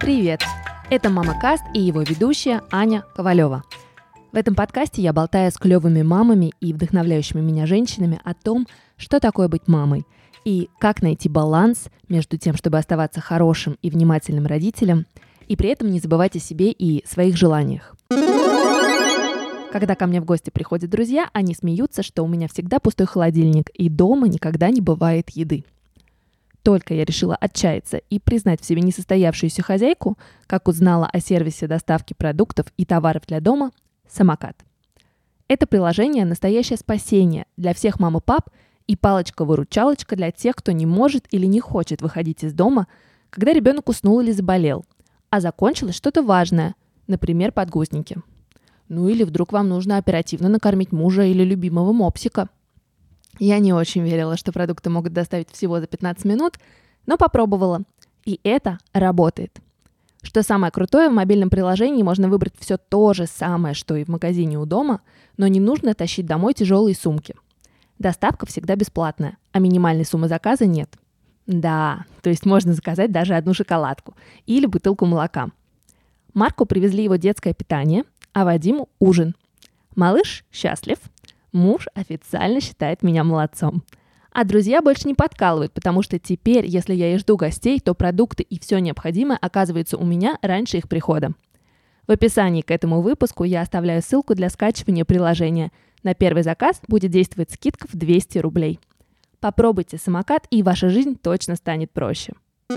Привет! Это «Мамакаст» и его ведущая Аня Ковалева. В этом подкасте я болтаю с клевыми мамами и вдохновляющими меня женщинами о том, что такое быть мамой и как найти баланс между тем, чтобы оставаться хорошим и внимательным родителем, и при этом не забывать о себе и своих желаниях. Когда ко мне в гости приходят друзья, они смеются, что у меня всегда пустой холодильник, и дома никогда не бывает еды. Только я решила отчаяться и признать в себе несостоявшуюся хозяйку, как узнала о сервисе доставки продуктов и товаров для дома «Самокат». Это приложение – настоящее спасение для всех мам и пап и палочка-выручалочка для тех, кто не может или не хочет выходить из дома, когда ребенок уснул или заболел, а закончилось что-то важное, например, подгузники. Ну или вдруг вам нужно оперативно накормить мужа или любимого мопсика. Я не очень верила, что продукты могут доставить всего за 15 минут, но попробовала. И это работает. Что самое крутое, в мобильном приложении можно выбрать все то же самое, что и в магазине у дома, но не нужно тащить домой тяжелые сумки. Доставка всегда бесплатная, а минимальной суммы заказа нет. Да, то есть можно заказать даже одну шоколадку или бутылку молока. Марку привезли его детское питание, а Вадиму – ужин. Малыш счастлив. Муж официально считает меня молодцом. А друзья больше не подкалывают, потому что теперь, если я и жду гостей, то продукты и все необходимое оказывается у меня раньше их прихода. В описании к этому выпуску я оставляю ссылку для скачивания приложения. На первый заказ будет действовать скидка в 200 рублей. Попробуйте самокат, и ваша жизнь точно станет проще.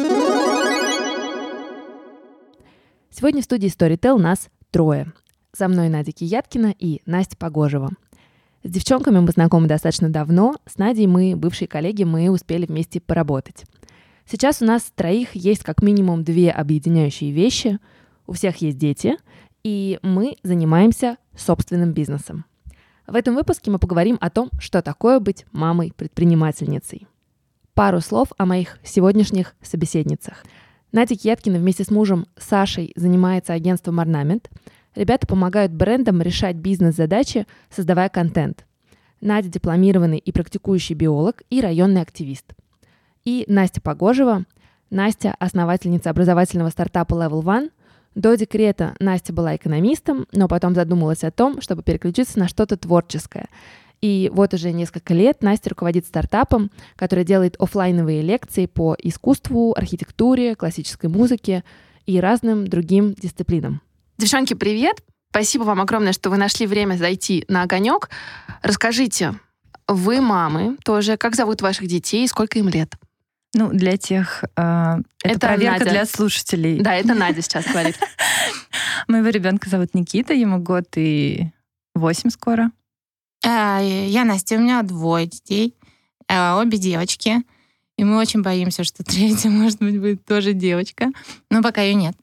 Сегодня в студии Storytel нас трое. Со мной Надя Кияткина и Настя Погожева. С девчонками мы знакомы достаточно давно. С Надей мы, бывшие коллеги, мы успели вместе поработать. Сейчас у нас троих есть как минимум две объединяющие вещи. У всех есть дети, и мы занимаемся собственным бизнесом. В этом выпуске мы поговорим о том, что такое быть мамой-предпринимательницей. Пару слов о моих сегодняшних собеседницах. Надя Кияткина вместе с мужем Сашей занимается агентством «Орнамент». Ребята помогают брендам решать бизнес-задачи, создавая контент. Надя – дипломированный и практикующий биолог и районный активист. И Настя Погожева. Настя – основательница образовательного стартапа Level One. До декрета Настя была экономистом, но потом задумалась о том, чтобы переключиться на что-то творческое. И вот уже несколько лет Настя руководит стартапом, который делает офлайновые лекции по искусству, архитектуре, классической музыке и разным другим дисциплинам. Девчонки, привет! Спасибо вам огромное, что вы нашли время зайти на огонек. Расскажите, вы мамы тоже, как зовут ваших детей и сколько им лет? Ну, для тех... это проверка Надя. для слушателей. Да, это Надя сейчас говорит. Моего ребенка зовут Никита, ему 1 год и 8 скоро. Я Настя, у меня 2 детей, обе девочки. И мы очень боимся, что 3-я, может быть, будет тоже девочка. Но пока ее нет.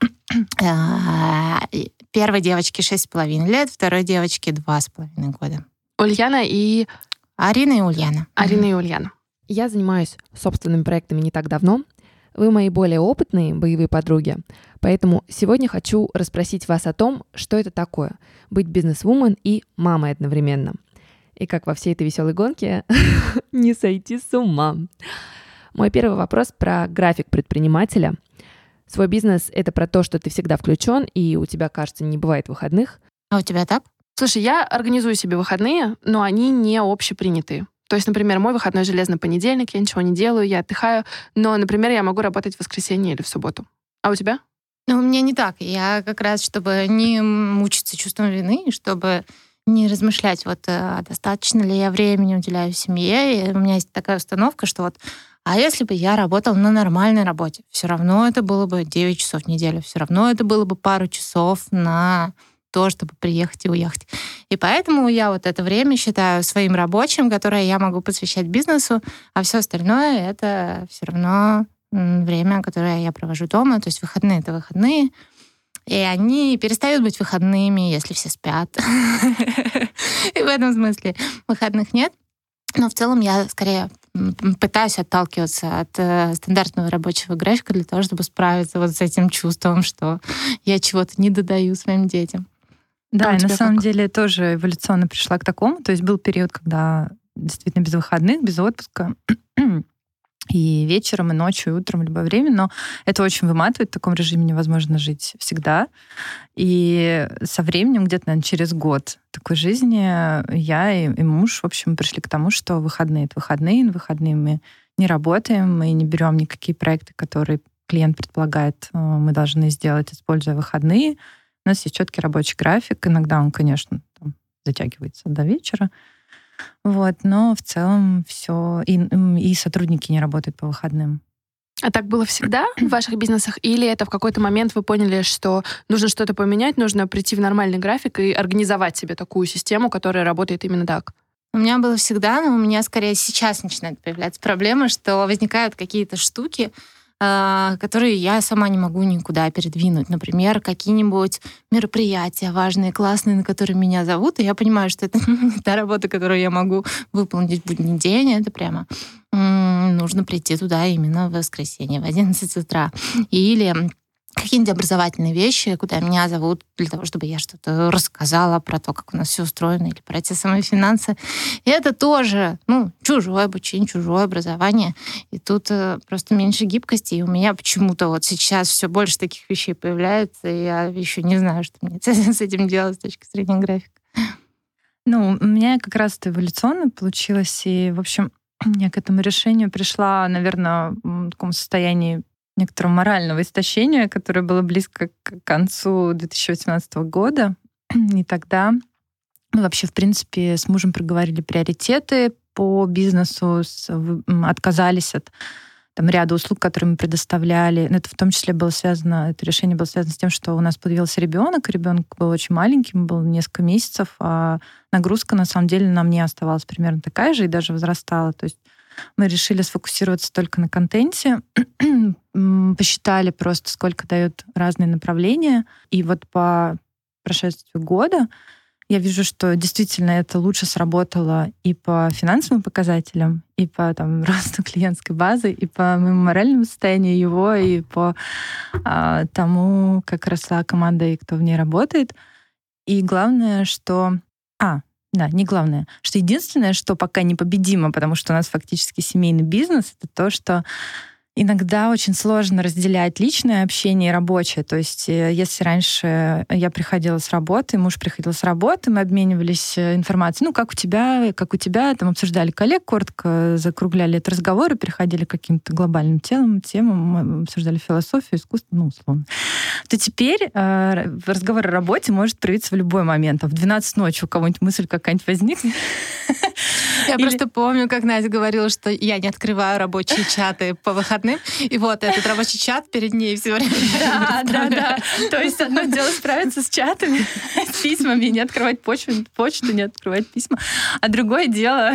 Первой девочке 6,5 лет, второй девочке 2,5 года. Ульяна и... Арина и Ульяна. Арина и Ульяна. Я занимаюсь собственными проектами не так давно. Вы мои более опытные боевые подруги, поэтому сегодня хочу расспросить вас о том, что это такое — быть бизнес-вумен и мамой одновременно. И как во всей этой веселой гонке не сойти с ума. Мой первый вопрос про график предпринимателя. Свой бизнес — это про то, что ты всегда включен, и у тебя, кажется, не бывает выходных. А у тебя так? Слушай, я организую себе выходные, но они не общепринятые. То есть, например, мой выходной железный понедельник, я ничего не делаю, я отдыхаю, но, например, я могу работать в воскресенье или в субботу. А у тебя? Ну, у меня не так. Я как раз, чтобы не мучиться чувством вины, чтобы не размышлять, достаточно ли я времени уделяю семье. И у меня есть такая установка, что а если бы я работала на нормальной работе, все равно это было бы 9 часов в неделю, все равно это было бы пару часов на то, чтобы приехать и уехать. И поэтому я это время считаю своим рабочим, которое я могу посвящать бизнесу, а все остальное это все равно время, которое я провожу дома. То есть выходные — это выходные. И они перестают быть выходными, если все спят. И в этом смысле выходных нет. Но в целом я скорее пытаюсь отталкиваться от стандартного рабочего графика для того, чтобы справиться с этим чувством, что я чего-то не додаю своим детям. Да, и на самом деле тоже эволюционно пришла к такому. То есть был период, когда действительно без выходных, без отпуска. и вечером, и ночью, и утром, в любое время, но это очень выматывает, в таком режиме невозможно жить всегда. И со временем, где-то, наверное, через год такой жизни, я и муж, в общем, пришли к тому, что выходные — это выходные, на выходные мы не работаем, мы не берем никакие проекты, которые клиент предполагает, мы должны сделать, используя выходные. У нас есть четкий рабочий график, иногда он, конечно, там, затягивается до вечера, вот, но в целом все. И сотрудники не работают по выходным. А так было всегда в ваших бизнесах? Или это в какой-то момент вы поняли, что нужно что-то поменять, нужно прийти в нормальный график и организовать себе такую систему, которая работает именно так? У меня было всегда, но у меня скорее сейчас начинает появляться проблема, что возникают какие-то штуки, которые я сама не могу никуда передвинуть. Например, какие-нибудь мероприятия важные, классные, на которые меня зовут, и я понимаю, что это не та работа, которую я могу выполнить в будний день. Это прямо нужно прийти туда именно в воскресенье в 11 утра. Или какие-нибудь образовательные вещи, куда меня зовут для того, чтобы я что-то рассказала про то, как у нас все устроено, или про те самые финансы. И это тоже, чужое обучение, чужое образование. И тут просто меньше гибкости. И у меня почему-то вот сейчас все больше таких вещей появляется, и я еще не знаю, что мне с этим делать с точки зрения графика. У меня как раз это эволюционно получилось. И, в общем, я к этому решению пришла, наверное, в таком состоянии некоторого морального истощения, которое было близко к концу 2018 года. И тогда мы вообще, в принципе, с мужем проговорили приоритеты по бизнесу, отказались от ряда услуг, которые мы предоставляли. Это в том числе это решение было связано с тем, что у нас появился ребенок, и ребенок был очень маленький, ему было несколько месяцев, а нагрузка, на самом деле, на мне оставалась примерно такая же и даже возрастала. То есть мы решили сфокусироваться только на контенте, посчитали просто, сколько дают разные направления. И вот по прошествию года я вижу, что действительно это лучше сработало и по финансовым показателям, и по росту клиентской базы, и по моему моральному состоянию его, и по тому, как росла команда и кто в ней работает. И главное, что... не главное, что единственное, что пока непобедимо, потому что у нас фактически семейный бизнес, это то, что иногда очень сложно разделять личное общение и рабочее. То есть если раньше я приходила с работы, муж приходил с работы, мы обменивались информацией, как у тебя, обсуждали коллег, коротко закругляли этот разговор и переходили к каким-то глобальным темам, мы обсуждали философию, искусство, условно. То теперь разговор о работе может проявиться в любой момент. В 12 ночи у кого-нибудь мысль какая-нибудь возникнет. Я просто помню, как Надя говорила, что я не открываю рабочие чаты по выходным, и вот этот рабочий чат перед ней все время. Да. То есть одно дело справиться с чатами, с письмами, не открывать почту, не открывать письма, а другое дело,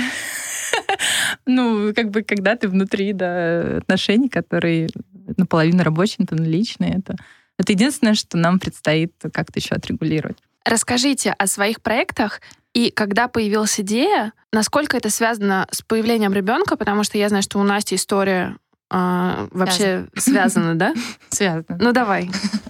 когда ты внутри отношений, которые наполовину рабочие, наполовину личные, это единственное, что нам предстоит как-то еще отрегулировать. Расскажите о своих проектах и когда появилась идея, насколько это связано с появлением ребенка, потому что я знаю, что у Насти история вообще связана, да? Связана. Давай.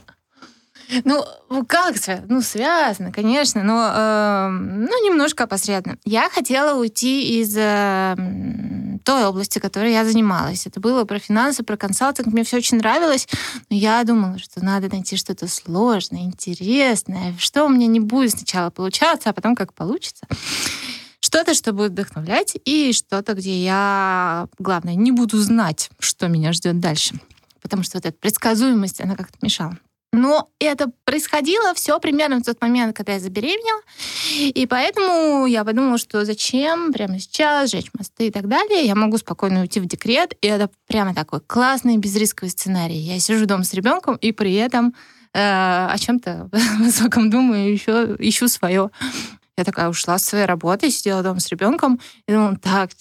Как связано? Связано, конечно, но немножко опосредованно. Я хотела уйти из той области, которой я занималась. Это было про финансы, про консалтинг. Мне все очень нравилось, но я думала, что надо найти что-то сложное, интересное, что у меня не будет сначала получаться, а потом как получится. Что-то, что будет вдохновлять, и что-то, где я, главное, не буду знать, что меня ждет дальше. Потому что вот эта предсказуемость, она как-то мешала. Но это происходило все примерно в тот момент, когда я забеременела. И поэтому я подумала, что зачем прямо сейчас сжечь мосты и так далее. Я могу спокойно уйти в декрет. И это прямо такой классный, безрисковый сценарий. Я сижу дома с ребенком и при этом о чем-то высоком думаю, еще ищу свое. Я такая ушла с своей работы, сидела дома с ребенком и думала,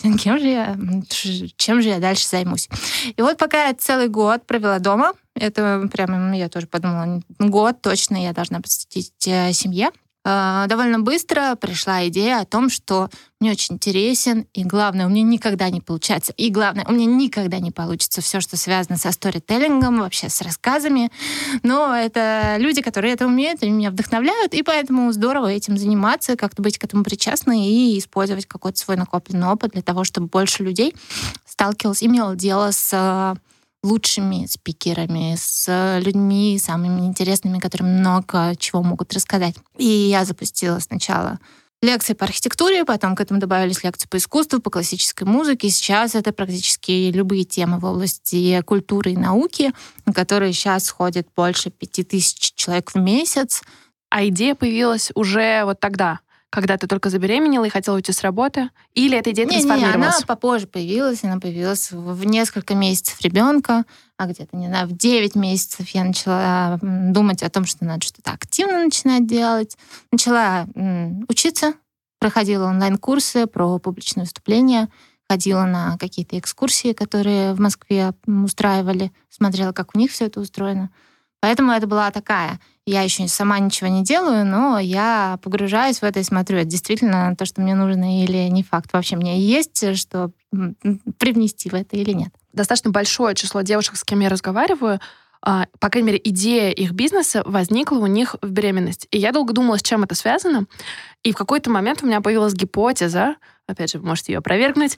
чем же я дальше займусь? И вот пока я целый год провела дома, это прямо я тоже подумала, год точно я должна посвятить семье. довольно быстро пришла идея о том, что мне очень интересен, и главное, у меня никогда не получается, и главное, у меня никогда не получится все, что связано со сторителлингом, вообще с рассказами. Но это люди, которые это умеют, они меня вдохновляют, и поэтому здорово этим заниматься, как-то быть к этому причастной и использовать какой-то свой накопленный опыт для того, чтобы больше людей имело дело с лучшими спикерами, с людьми самыми интересными, которые много чего могут рассказать. И я запустила сначала лекции по архитектуре, потом к этому добавились лекции по искусству, по классической музыке. Сейчас это практически любые темы в области культуры и науки, на которые сейчас ходит больше 5000 человек в месяц. А идея появилась уже вот тогда, когда ты только забеременела и хотела уйти с работы? Или эта идея трансформировалась? Она попозже появилась. Она появилась в несколько месяцев ребенка, а где-то, не знаю, в 9 месяцев я начала думать о том, что надо что-то активно начинать делать. Начала учиться, проходила онлайн-курсы про публичное выступление, ходила на какие-то экскурсии, которые в Москве устраивали, смотрела, как у них все это устроено. Поэтому это была такая... Я еще сама ничего не делаю, но я погружаюсь в это и смотрю, это действительно то, что мне нужно, или не факт. Вообще, мне есть что привнести в это или нет. Достаточно большое число девушек, с кем я разговариваю, по крайней мере, идея их бизнеса возникла у них в беременность. И я долго думала, с чем это связано. И в какой-то момент у меня появилась гипотеза, опять же, вы можете ее опровергнуть,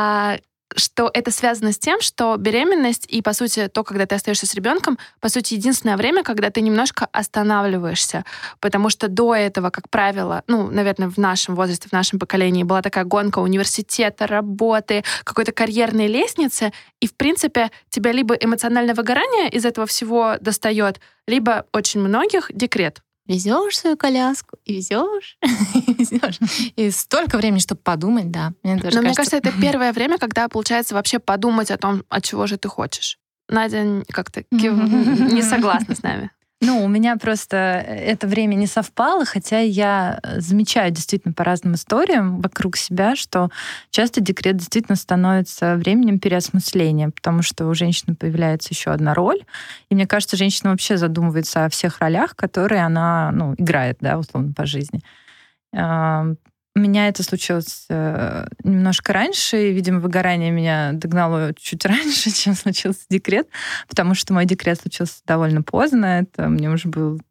что это связано с тем, что беременность и, по сути, то, когда ты остаешься с ребенком, по сути, единственное время, когда ты немножко останавливаешься. Потому что до этого, как правило, наверное, в нашем возрасте, в нашем поколении была такая гонка университета, работы, какой-то карьерной лестницы, и, в принципе, тебя либо эмоциональное выгорание из этого всего достает, либо очень многих декрет. Везешь свою коляску, и везешь, и везешь. И столько времени, чтобы подумать, да. Мне кажется, это первое время, когда получается вообще подумать о том, от чего же ты хочешь. Надя как-то не согласна с нами. У меня просто это время не совпало, хотя я замечаю действительно по разным историям вокруг себя, что часто декрет действительно становится временем переосмысления, потому что у женщины появляется еще одна роль, и мне кажется, женщина вообще задумывается о всех ролях, которые она играет, да, условно, по жизни. У меня это случилось немножко раньше, и, видимо, выгорание меня догнало чуть раньше, чем случился декрет, потому что мой декрет случился довольно поздно. Это мне уже был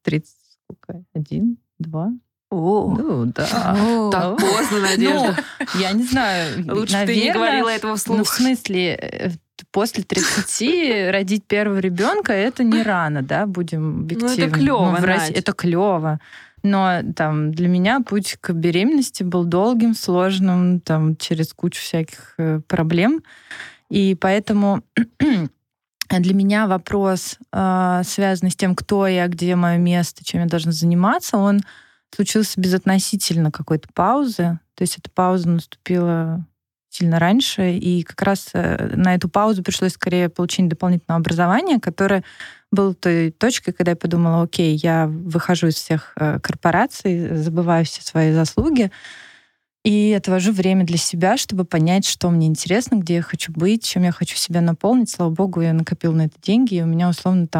31, 2. О, да. Так поздно, Надежда. Я не знаю. Лучше наверное, ты не говорила этого вслух. В смысле, после 30 родить первого ребенка это не рано, да, будем объективны. Это клево, это клево. Но для меня путь к беременности был долгим, сложным, через кучу всяких проблем. И поэтому для меня вопрос, связанный с тем, кто я, где мое место, чем я должна заниматься, он случился безотносительно какой-то паузы. То есть эта пауза наступила сильно раньше, и как раз на эту паузу пришлось скорее получение дополнительного образования, которое было той точкой, когда я подумала, окей, я выхожу из всех корпораций, забываю все свои заслуги и отвожу время для себя, чтобы понять, что мне интересно, где я хочу быть, чем я хочу себя наполнить. Слава богу, я накопила на это деньги, и у меня условно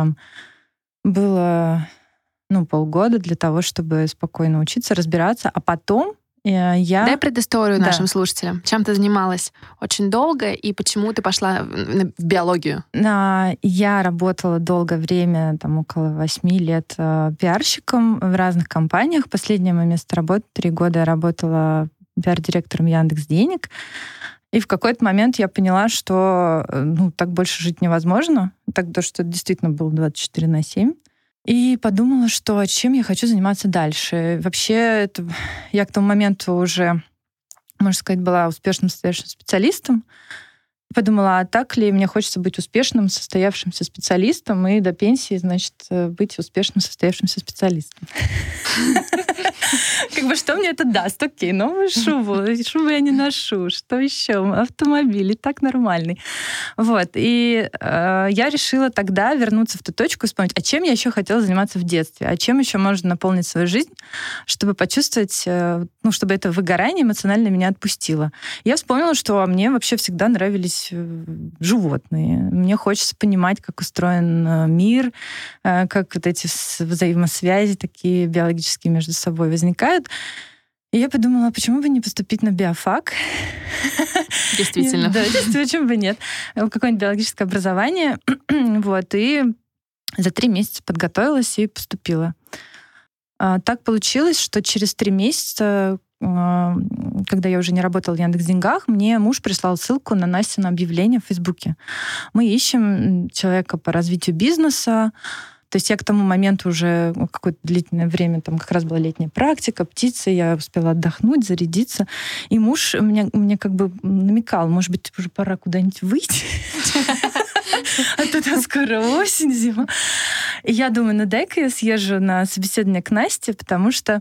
было полгода для того, чтобы спокойно учиться, разбираться, а потом Дай предысторию нашим слушателям. Чем ты занималась очень долго и почему ты пошла в биологию? Я работала долгое время, около 8 лет пиарщиком в разных компаниях. Последнее мое место работы, 3 года я работала пиар-директором Яндекс.Денег. И в какой-то момент я поняла, что так больше жить невозможно. Что это действительно было 24/7. И подумала, что чем я хочу заниматься дальше. Вообще, я к тому моменту уже, можно сказать, была успешным состоявшимся специалистом. Подумала, а так ли мне хочется быть успешным состоявшимся специалистом и до пенсии, быть успешным состоявшимся специалистом. Что мне это даст? Окей, новую шубу. Шубу я не ношу. Что еще? Автомобиль. И так нормальный. И я решила тогда вернуться в ту точку и вспомнить, а чем я еще хотела заниматься в детстве? А чем еще можно наполнить свою жизнь, чтобы почувствовать, чтобы это выгорание эмоционально меня отпустило. Я вспомнила, что мне вообще всегда нравились животные. Мне хочется понимать, как устроен мир, как эти взаимосвязи такие биологические между собой возникают. И я подумала, почему бы не поступить на биофак? Действительно. Да, действительно, почему бы нет? Какое-нибудь биологическое образование. Вот, и за 3 месяца подготовилась и поступила. Так получилось, что через 3 месяца, когда я уже не работала в Яндекс.Деньгах, мне муж прислал ссылку на Настино объявление в Фейсбуке. Мы ищем человека по развитию бизнеса. То есть я к тому моменту уже какое-то длительное время, там как раз была летняя практика, птицы, я успела отдохнуть, зарядиться. И муж мне как бы намекал, может быть, уже пора куда-нибудь выйти. А тут скоро осень, зима. И я думаю, ну дай-ка я съезжу на собеседование к Насте, потому что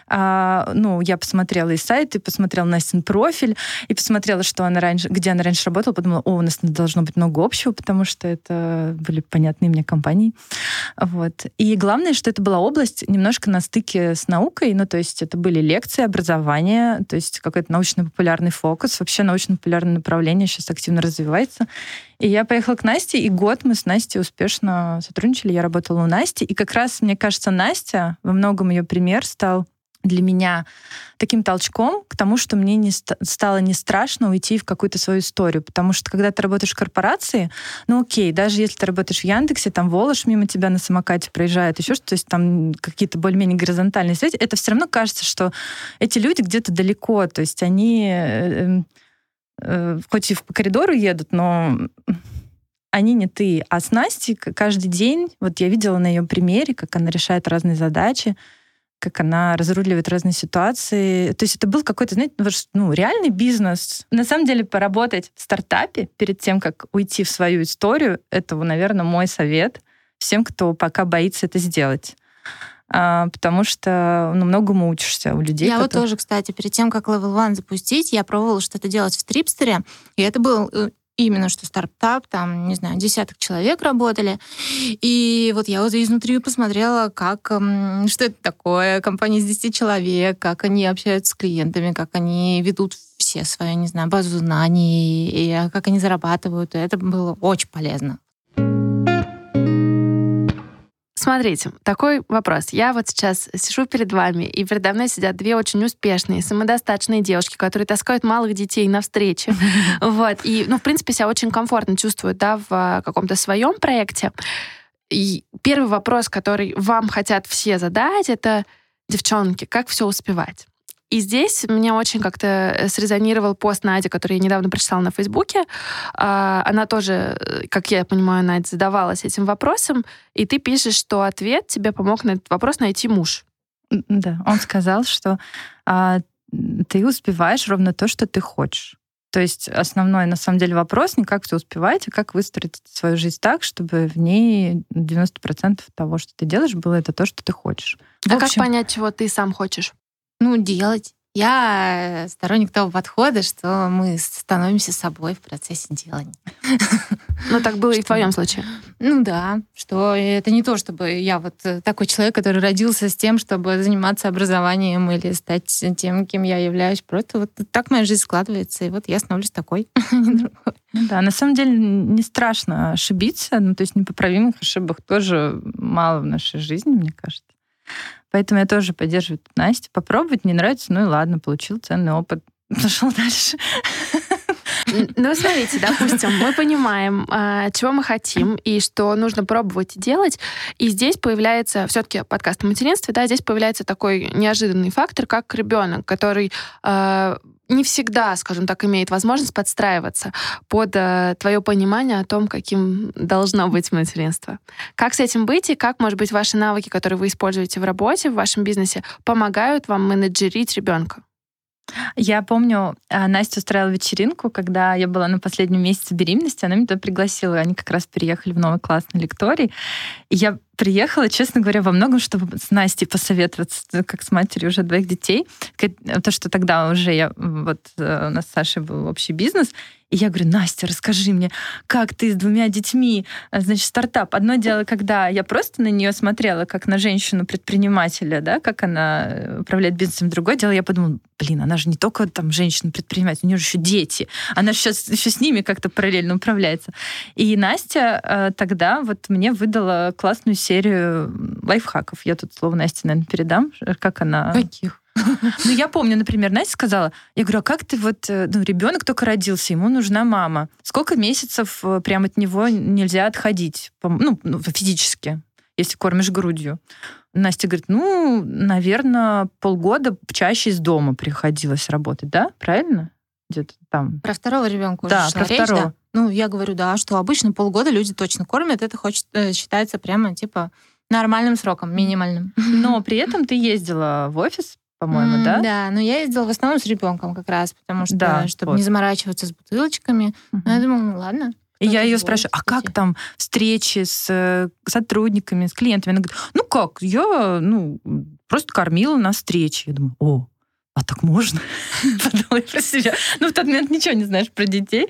я посмотрела и сайт, и посмотрела Настин профиль, и посмотрела, где она раньше работала, подумала, у нас должно быть много общего, потому что это были понятные мне компании. Вот. И главное, что это была область немножко на стыке с наукой, ну то есть это были лекции, образование, то есть какой-то научно-популярный фокус. Вообще научно-популярное направление сейчас активно развивается. И я поехала к Насте, и год мы с Настей успешно сотрудничали. Я работала у Насти. И как раз, мне кажется, Настя, во многом ее пример стал для меня таким толчком к тому, что мне стало не страшно уйти в какую-то свою историю. Потому что когда ты работаешь в корпорации, ну окей, даже если ты работаешь в Яндексе, там Волош мимо тебя на самокате проезжает, еще что-то, то есть там какие-то более-менее горизонтальные связи, это все равно кажется, что эти люди где-то далеко, то есть они хоть и по коридору едут, но они не ты. А с Настей каждый день, вот я видела на ее примере, как она решает разные задачи, как она разруливает разные ситуации. То есть это был какой-то, знаете, реальный бизнес. На самом деле поработать в стартапе перед тем, как уйти в свою историю, это, наверное, мой совет всем, кто пока боится это сделать. Потому что многому учишься у людей. Я вот тоже, кстати, перед тем, как Level One запустить, я пробовала что-то делать в Трипстере, и это был именно что стартап, там, не знаю, десяток человек работали. И вот я вот изнутри посмотрела, что это такое, компания из 10 человек, как они общаются с клиентами, как они ведут все свою, не знаю, базу знаний, и как они зарабатывают. И это было очень полезно. Смотрите, такой вопрос. Я вот сейчас сижу перед вами, и передо мной сидят 2 очень успешные, самодостаточные девушки, которые таскают малых детей на встречи. Вот. И, в принципе, себя очень комфортно чувствуют, да, в каком-то своем проекте. И первый вопрос, который вам хотят все задать, это: девчонки, как все успевать? И здесь меня очень как-то срезонировал пост Нади, который я недавно прочитала на Фейсбуке. Она тоже, как я понимаю, Надя, задавалась этим вопросом, и ты пишешь, что ответ тебе помог на этот вопрос найти муж. Да, он сказал, что ты успеваешь ровно то, что ты хочешь. То есть основной, на самом деле, вопрос не как все успевать, а как выстроить свою жизнь так, чтобы в ней 90% того, что ты делаешь, было это то, что ты хочешь. Как понять, чего ты сам хочешь? Делать. Я сторонник того подхода, что мы становимся собой в процессе делания. Так было и в твоем случае. Да, что это не то, чтобы я вот такой человек, который родился с тем, чтобы заниматься образованием или стать тем, кем я являюсь. Просто вот так моя жизнь складывается, и вот я становлюсь такой. Да, на самом деле не страшно ошибиться, то есть непоправимых ошибок тоже мало в нашей жизни, мне кажется. Поэтому я тоже поддерживаю Настю. Попробовать не нравится, и ладно, получил ценный опыт. Пошел дальше. Смотрите, допустим, мы понимаем, чего мы хотим и что нужно пробовать делать. И здесь появляется, все-таки подкаст о материнстве, да, здесь появляется такой неожиданный фактор, как ребенок, который не всегда, скажем так, имеет возможность подстраиваться под твое понимание о том, каким должно быть материнство. Как с этим быть, и как, может быть, ваши навыки, которые вы используете в работе, в вашем бизнесе, помогают вам менеджерить ребенка? Я помню, Настя устраивала вечеринку, когда я была на последнем месяце беременности, она меня туда пригласила. Они как раз переехали в новый класс на лекторий. И я приехала, честно говоря, во многом, чтобы с Настей посоветоваться, как с матерью уже 2 детей. То, что тогда уже у нас с Сашей был общий бизнес. И И я говорю: Настя, расскажи мне, как ты с 2 детьми, значит, стартап. Одно дело, когда я просто на нее смотрела, как на женщину-предпринимателя, да, как она управляет бизнесом. Другое дело, я подумала, она же не только там женщина-предприниматель, у нее же еще дети. Она же сейчас еще с ними как-то параллельно управляется. И Настя тогда вот мне выдала классную серию лайфхаков. Я тут слово Насте, наверное, передам, как она... Каких? Ну, я помню, например, Настя сказала, я говорю: а как ты ребенок только родился, ему нужна мама. Сколько месяцев прямо от него нельзя отходить, физически, если кормишь грудью? Настя говорит: наверное, полгода чаще из дома приходилось работать, да? Правильно? Где-то там. Про второго ребенка уже шла речь, да? Я говорю, да, что обычно полгода люди точно кормят, это считается прямо нормальным сроком, минимальным. Но при этом ты ездила в офис, по-моему, да? Да, но я ездила в основном с ребенком как раз, потому что, чтобы не заморачиваться с бутылочками. Но я думала, ладно. И я ее спрашиваю: а как там встречи с сотрудниками, с клиентами? Она говорит: как, я просто кормила на встрече. Я думаю: а так можно? Подумала про себя. В тот момент ничего не знаешь про детей.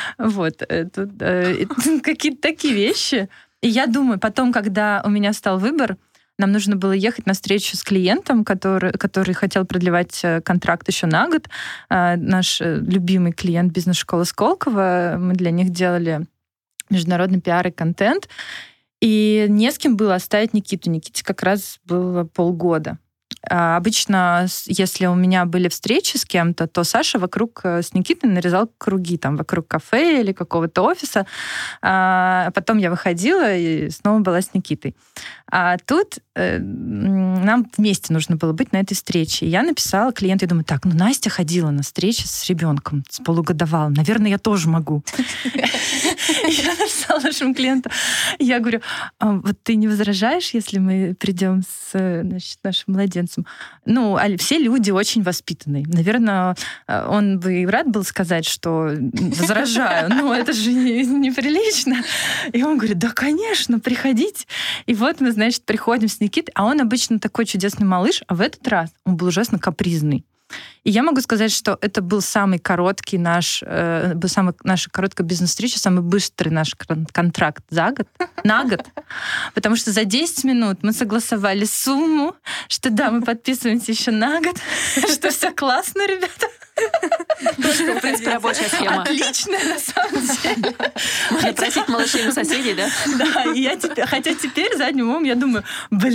Какие-то такие вещи. И я думаю, потом, когда у меня стал выбор, нам нужно было ехать на встречу с клиентом, который хотел продлевать контракт еще на год. Наш любимый клиент бизнес-школы Сколково. Мы для них делали международный пиар и контент. И не с кем было оставить Никиту. Никите как раз было полгода. Обычно, если у меня были встречи с кем-то, то Саша с Никитой нарезал круги там вокруг кафе или какого-то офиса. Потом я выходила и снова была с Никитой. А тут нам вместе нужно было быть на этой встрече. И я написала клиенту, я думаю: Настя ходила на встречи с ребенком, с полугодовалым. Наверное, я тоже могу. Я написала нашему клиенту. Я говорю: вот ты не возражаешь, если мы придем с нашим младенцем? Все люди очень воспитанные. Наверное, он бы и рад был сказать, что возражаю, но это же неприлично. И он говорит: да, конечно, приходите. И вот мы, приходим с Никитой, а он обычно такой чудесный малыш, а в этот раз он был ужасно капризный. И я могу сказать, что это был самый короткий наша короткая бизнес-встреча, самый быстрый наш контракт на год. Потому что за 10 минут мы согласовали сумму, что да, мы подписываемся еще на год, что все классно, ребята. В принципе, рабочая схема. Отличная, на самом деле. Можно просить малышей у соседей, да? Да, хотя теперь задним умом я думаю: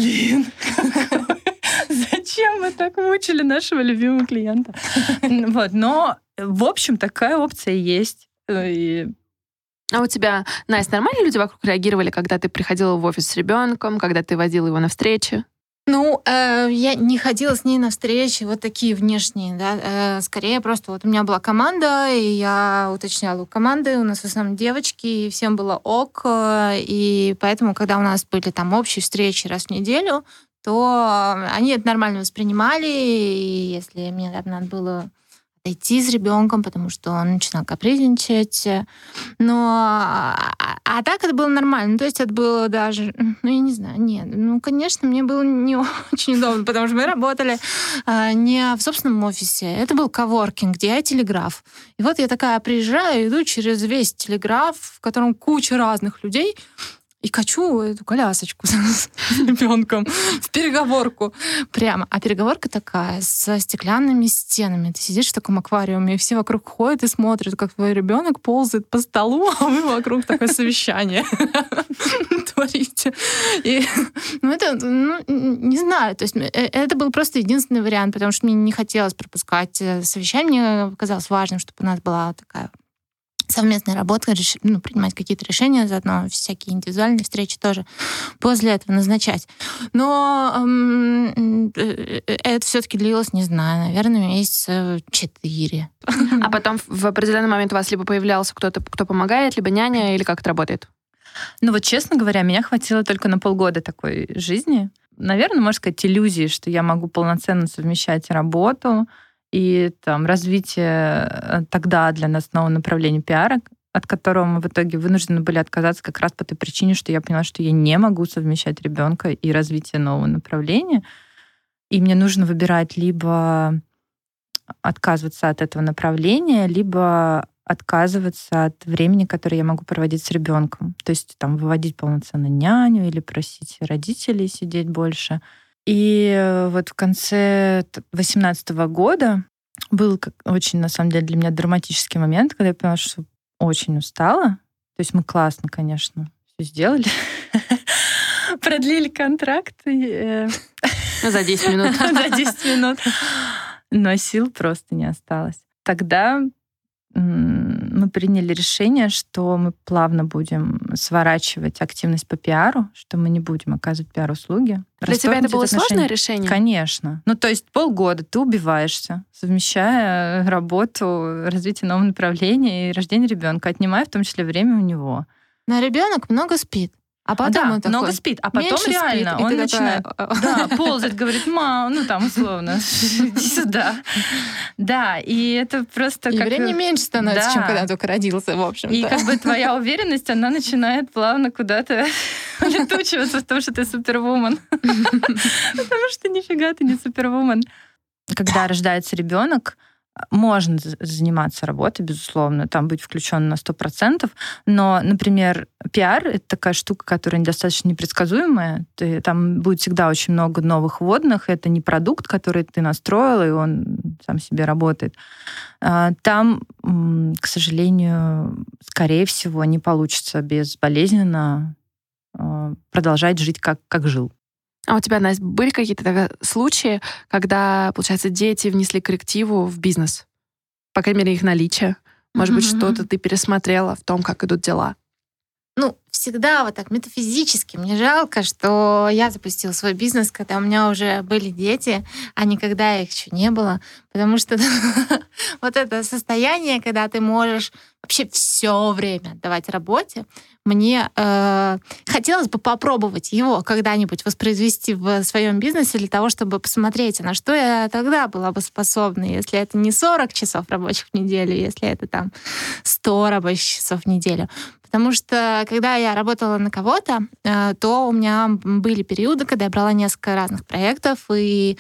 зачем мы так мучили нашего любимого клиента? Но, в общем, такая опция есть. А у тебя, Настя, нормально люди вокруг реагировали, когда ты приходила в офис с ребенком, когда ты водила его на встречи? Я не ходила с ней на встречи вот такие внешние, да. Скорее просто у меня была команда, и я уточняла у команды, у нас в основном девочки, и всем было ок. И поэтому, когда у нас были там общие встречи раз в неделю, то они это нормально воспринимали, и если мне надо было идти с ребенком, потому что он начинал капризничать. А так это было нормально. То есть это было даже, я не знаю, нет. Конечно, мне было не очень удобно, потому что мы работали не в собственном офисе. Это был коворкинг, где я телеграф. И вот я такая приезжаю, иду через весь телеграф, в котором куча разных людей, и качу эту колясочку с ребенком в переговорку прямо. А переговорка такая, со стеклянными стенами. Ты сидишь в таком аквариуме, и все вокруг ходят и смотрят, как твой ребенок ползает по столу, а вы вокруг такое совещание творите. И, не знаю, то есть это был просто единственный вариант, потому что мне не хотелось пропускать совещание. Мне казалось важным, чтобы у нас была такая совместная работа, принимать какие-то решения заодно, всякие индивидуальные встречи тоже после этого назначать. Но это все-таки длилось, не знаю, наверное, месяца 4. А потом в определенный момент у вас либо появлялся кто-то, кто помогает, либо няня, или как это работает? Честно говоря, меня хватило только на полгода такой жизни. Наверное, можно сказать, иллюзии, что я могу полноценно совмещать работу и развитие тогда для нас нового направления пиара, от которого мы в итоге вынуждены были отказаться как раз по той причине, что я поняла, что я не могу совмещать ребенка и развитие нового направления. И мне нужно выбирать либо отказываться от этого направления, либо отказываться от времени, которое я могу проводить с ребенком. То есть там выводить полноценно няню или просить родителей сидеть больше. И вот в конце 2018 года был очень, на самом деле, для меня драматический момент, когда я поняла, что очень устала. То есть мы классно, конечно, все сделали. Продлили контракт. За 10 минут. За 10 минут. Но сил просто не осталось. Тогда мы приняли решение, что мы плавно будем сворачивать активность по пиару, что мы не будем оказывать пиар-услуги. Для тебя это было сложное решение? Конечно. Ну, то есть полгода ты убиваешься, совмещая работу, развитие нового направления и рождение ребенка, отнимая в том числе время у него. Но ребенок много спит. А потом он такой, много спит, а потом реально спит, он начинает ползать, говорит: мам, условно, иди сюда. Да, и это просто и как... времени меньше становится, чем когда только родился, в общем-то. И как бы твоя уверенность, она начинает плавно куда-то летучиваться в том, что ты супервумен. Потому что нифига ты не супервумен. Когда рождается ребенок, можно заниматься работой, безусловно, там быть включен на 100%, но, например, пиар — это такая штука, которая достаточно непредсказуемая. Там будет всегда очень много новых вводных. Это не продукт, который ты настроил, и он сам себе работает. Там, к сожалению, скорее всего, не получится безболезненно продолжать жить, как жил. А у тебя, Настя, были какие-то случаи, когда, получается, дети внесли коррективу в бизнес? По крайней мере, их наличие. Может быть, что-то ты пересмотрела в том, как идут дела? Всегда вот так метафизически. Мне жалко, что я запустила свой бизнес, когда у меня уже были дети, а никогда их еще не было. Потому что вот это состояние, когда ты можешь вообще все время отдавать работе, мне хотелось бы попробовать его когда-нибудь воспроизвести в своем бизнесе для того, чтобы посмотреть, на что я тогда была бы способна, если это не 40 часов рабочих в неделю, если это там 100 рабочих часов в неделю. Потому что, когда я работала на кого-то, то у меня были периоды, когда я брала несколько разных проектов, и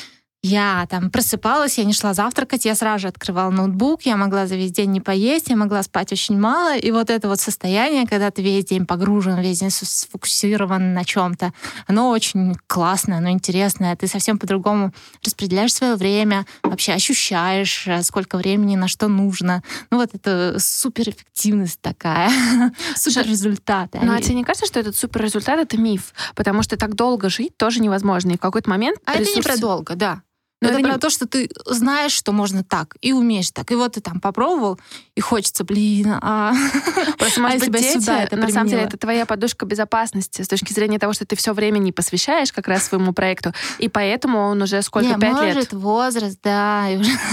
я там просыпалась, я не шла завтракать, я сразу же открывала ноутбук, я могла за весь день не поесть, я могла спать очень мало. И вот это вот состояние, когда ты весь день погружен, весь день сфокусирован на чем-то, оно очень классное, оно интересное. Ты совсем по-другому распределяешь свое время, вообще ощущаешь, сколько времени на что нужно. Вот это суперэффективность такая, суперрезультаты. Ну, а тебе не кажется, что этот суперрезультат — это миф? Потому что так долго жить тоже невозможно. И в какой-то момент... А это не про долго, да. Но это про то, что ты знаешь, что можно так, и умеешь так. И вот ты там попробовал, и хочется, Просто, может быть, дети, это на самом деле, это твоя подушка безопасности с точки зрения того, что ты все время не посвящаешь как раз своему проекту, и поэтому он уже 5 лет? Может, возраст, да.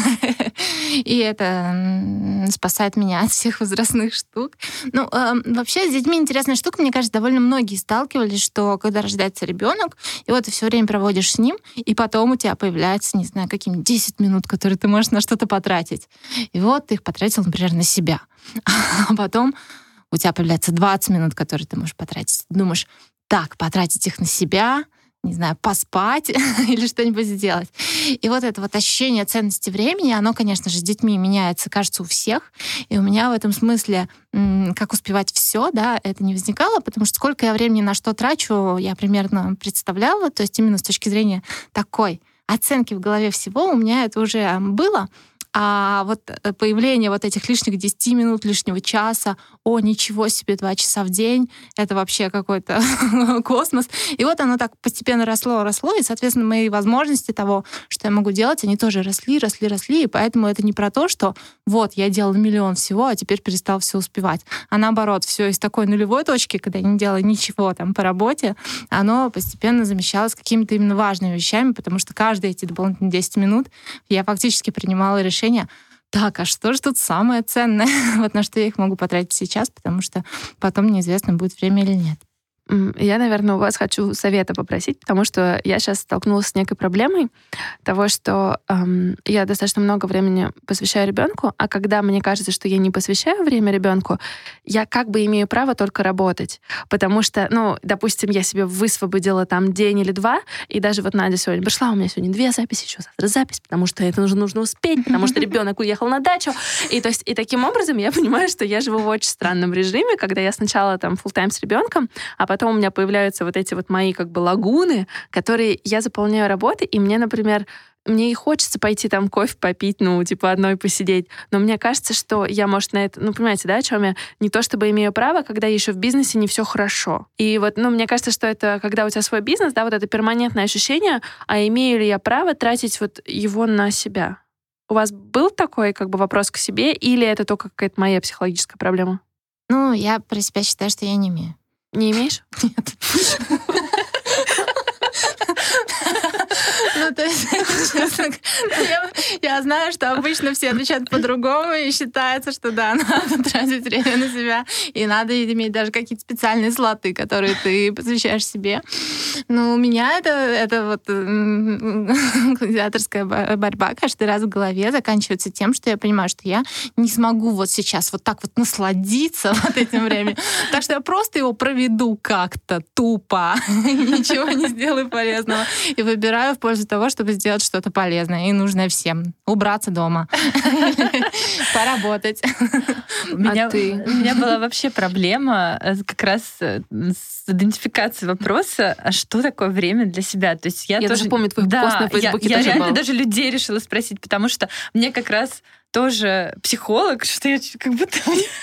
И это спасает меня от всех возрастных штук. Вообще, с детьми интересная штука. Мне кажется, довольно многие сталкивались, что когда рождается ребенок, и вот ты все время проводишь с ним, и потом у тебя появляется, не знаю, какие-нибудь 10 минут, которые ты можешь на что-то потратить. И вот ты их потратил, например, на себя. А потом у тебя появляется 20 минут, которые ты можешь потратить. Ты думаешь, так, потратить их на себя, не знаю, поспать или что-нибудь сделать. И вот это вот ощущение ценности времени, оно, конечно же, с детьми меняется, кажется, у всех. И у меня в этом смысле, как успевать все, да, это не возникало, потому что сколько я времени на что трачу, я примерно представляла. То есть именно с точки зрения такой оценки в голове всего у меня это уже было. А вот появление вот этих лишних 10 минут, лишнего часа, ничего себе, 2 часа в день, это вообще какой-то космос. И вот оно так постепенно росло, и, соответственно, мои возможности того, что я могу делать, они тоже росли, и поэтому это не про то, что вот, я делала миллион всего, а теперь перестал все успевать. А наоборот, все из такой нулевой точки, когда я не делала ничего там по работе, оно постепенно замещалось какими-то именно важными вещами, потому что каждые эти дополнительные 10 минут я фактически принимала решение, так, а что же тут самое ценное? Вот на что я их могу потратить сейчас, потому что потом неизвестно, будет время или нет. Я, наверное, у вас хочу совета попросить, потому что я сейчас столкнулась с некой проблемой того, что я достаточно много времени посвящаю ребенку, а когда мне кажется, что я не посвящаю время ребенку, я как бы имею право только работать. Потому что, допустим, я себе высвободила там день или два, и даже вот Надя сегодня пришла, у меня сегодня 2 записи, еще завтра запись, потому что это нужно успеть, потому что ребенок уехал на дачу. И таким образом я понимаю, что я живу в очень странном режиме, когда я сначала там full-time с ребенком, а потом у меня появляются вот эти вот мои как бы лагуны, которые я заполняю работой, и мне, например, мне и хочется пойти там кофе попить, одной посидеть, но мне кажется, что я, может, на это, понимаете, да, о чем я? Не то чтобы имею право, когда еще в бизнесе не все хорошо. И вот, мне кажется, что это, когда у тебя свой бизнес, да, вот это перманентное ощущение, а имею ли я право тратить вот его на себя? У вас был такой как бы вопрос к себе, или это только какая-то моя психологическая проблема? Я про себя считаю, что я не имею. Не имеешь? Нет. То есть, честно, я знаю, что обычно все отвечают по-другому, и считается, что да, надо тратить время на себя, и надо иметь даже какие-то специальные слоты, которые ты посвящаешь себе. Но у меня это вот гладиаторская борьба каждый раз в голове заканчивается тем, что я понимаю, что я не смогу вот сейчас вот так вот насладиться вот этим временем. Так что я просто его проведу как-то тупо, ничего не сделаю полезного, и выбираю в пользу того, чтобы сделать что-то полезное и нужное всем. Убраться дома. Поработать. У меня была вообще проблема как раз с идентификацией вопроса, а что такое время для себя? То есть я тоже даже помню твой пост на Фейсбуке. Я реально даже людей решила спросить, потому что мне как раз тоже психолог, что я как будто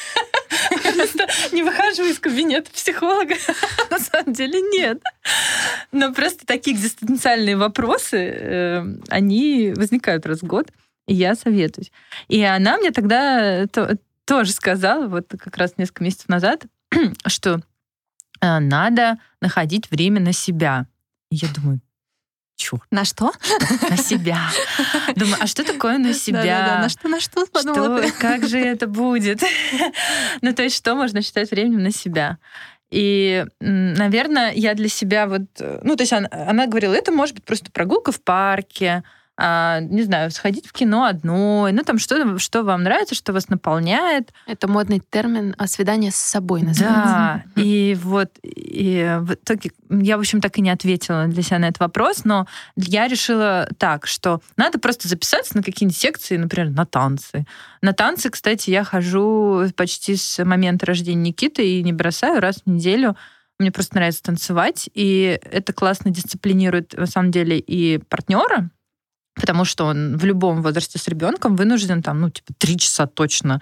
не выхожу из кабинета психолога. На самом деле нет. Но просто такие экзистенциальные вопросы, они возникают раз в год, и я советуюсь. И она мне тогда тоже сказала, вот как раз несколько месяцев назад, что надо находить время на себя. И я думаю, чёрт. На что? На себя. Думаю, а что такое на себя? Да, на что подумала ты? Как же это будет? То есть что можно считать временем на себя? И, наверное, я для себя то есть она говорила, это может быть просто прогулка в парке, не знаю, сходить в кино одной, что вам нравится, что вас наполняет. Это модный термин свидание с собой называется. Да, и в итоге я, в общем, так и не ответила для себя на этот вопрос, но я решила так, что надо просто записаться на какие-нибудь секции, например, на танцы. На танцы, кстати, я хожу почти с момента рождения Никиты и не бросаю раз в неделю. Мне просто нравится танцевать, и это классно дисциплинирует, на самом деле, и партнера, потому что он в любом возрасте с ребенком вынужден 3 часа точно,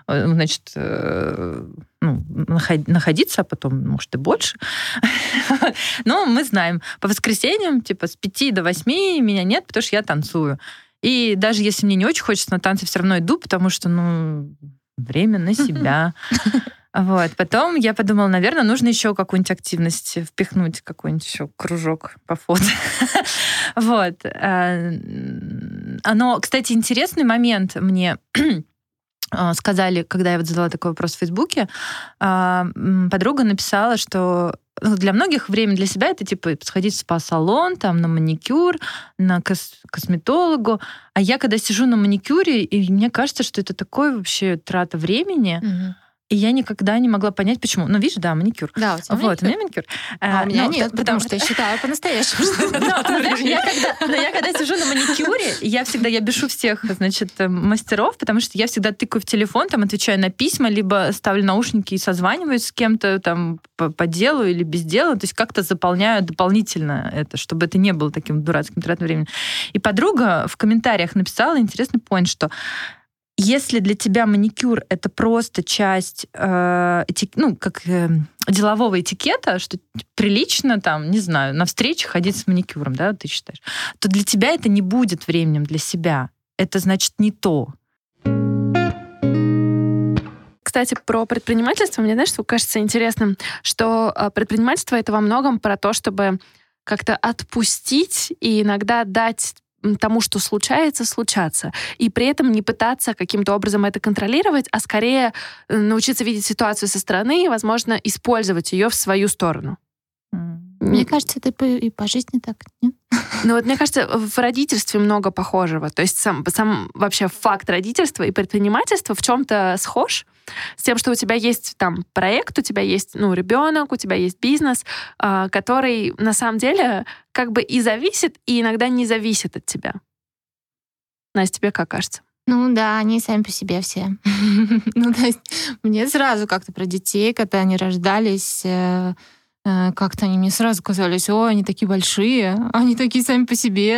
находиться, а потом, может, и больше. Но мы знаем, по воскресеньям, с 5 до 8 меня нет, потому что я танцую. И даже если мне не очень хочется на танцы, все равно иду, потому что, время на себя. Потом я подумала, наверное, нужно еще какую-нибудь активность впихнуть, какой-нибудь еще кружок по фото. Но, кстати, интересный момент мне сказали, когда я задала такой вопрос в Фейсбуке, подруга написала, что для многих время для себя это сходить в спа-салон, на маникюр, на косметологу. А я когда сижу на маникюре, и мне кажется, что это такое вообще трата времени, и я никогда не могла понять, почему. Видишь, да, маникюр. Да, у тебя маникюр. У меня маникюр. У меня нет, потому что я считаю по-настоящему. Я когда сижу на маникюре, я бешу всех, мастеров, потому что я всегда тыкаю в телефон, отвечаю на письма, либо ставлю наушники и созваниваюсь с кем-то по делу или без дела, то есть как-то заполняю дополнительно это, чтобы это не было таким дурацким тратным временем. И подруга в комментариях написала интересный point, что если для тебя маникюр — это просто часть делового этикета, что прилично, не знаю, на встрече ходить с маникюром, да, ты считаешь, то для тебя это не будет временем для себя. Это значит не то. Кстати, про предпринимательство мне, знаешь, что кажется интересным, что предпринимательство — это во многом про то, чтобы как-то отпустить и иногда дать тому, что случаться, и при этом не пытаться каким-то образом это контролировать, а скорее научиться видеть ситуацию со стороны и, возможно, использовать ее в свою сторону. Мне кажется, это и по жизни так, нет? Ну вот мне кажется, в родительстве много похожего. То есть сам вообще факт родительства и предпринимательства в чем-то схож с тем, что у тебя есть там проект, у тебя есть ребенок, у тебя есть бизнес, который на самом деле как бы и зависит, и иногда не зависит от тебя. Настя, тебе как кажется? Ну да, они сами по себе все. Ну, то есть мне сразу как-то про детей, когда они рождались, как-то они мне сразу казались, они такие большие, они такие сами по себе.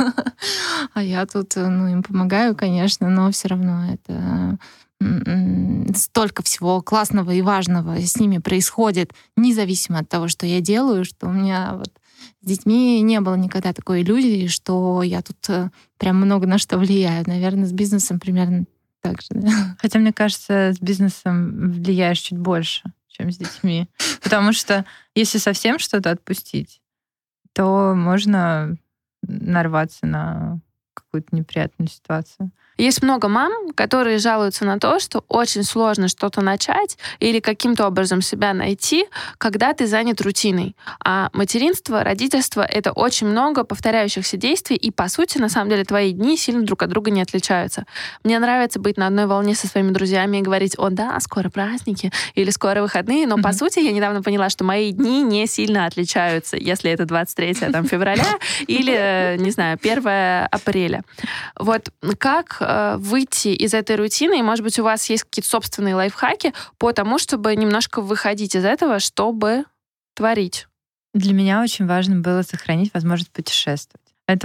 А я тут, им помогаю, конечно, но все равно это столько всего классного и важного с ними происходит, независимо от того, что я делаю, что у меня вот с детьми не было никогда такой иллюзии, что я тут прям много на что влияю. Наверное, с бизнесом примерно так же. Да? Хотя, мне кажется, с бизнесом влияешь чуть больше, чем с детьми. Потому что если совсем что-то отпустить, то можно нарваться на какую-то неприятную ситуацию. Есть много мам, которые жалуются на то, что очень сложно что-то начать или каким-то образом себя найти, когда ты занят рутиной. А материнство, родительство — это очень много повторяющихся действий, и, по сути, на самом деле, твои дни сильно друг от друга не отличаются. Мне нравится быть на одной волне со своими друзьями и говорить: «О, да, скоро праздники» или «скоро выходные», но, по сути, я недавно поняла, что мои дни не сильно отличаются, если это 23 февраля или, не знаю, 1 апреля. Вот как выйти из этой рутины, и, может быть, у вас есть какие-то собственные лайфхаки по тому, чтобы немножко выходить из этого, чтобы творить? Для меня очень важно было сохранить возможность путешествовать.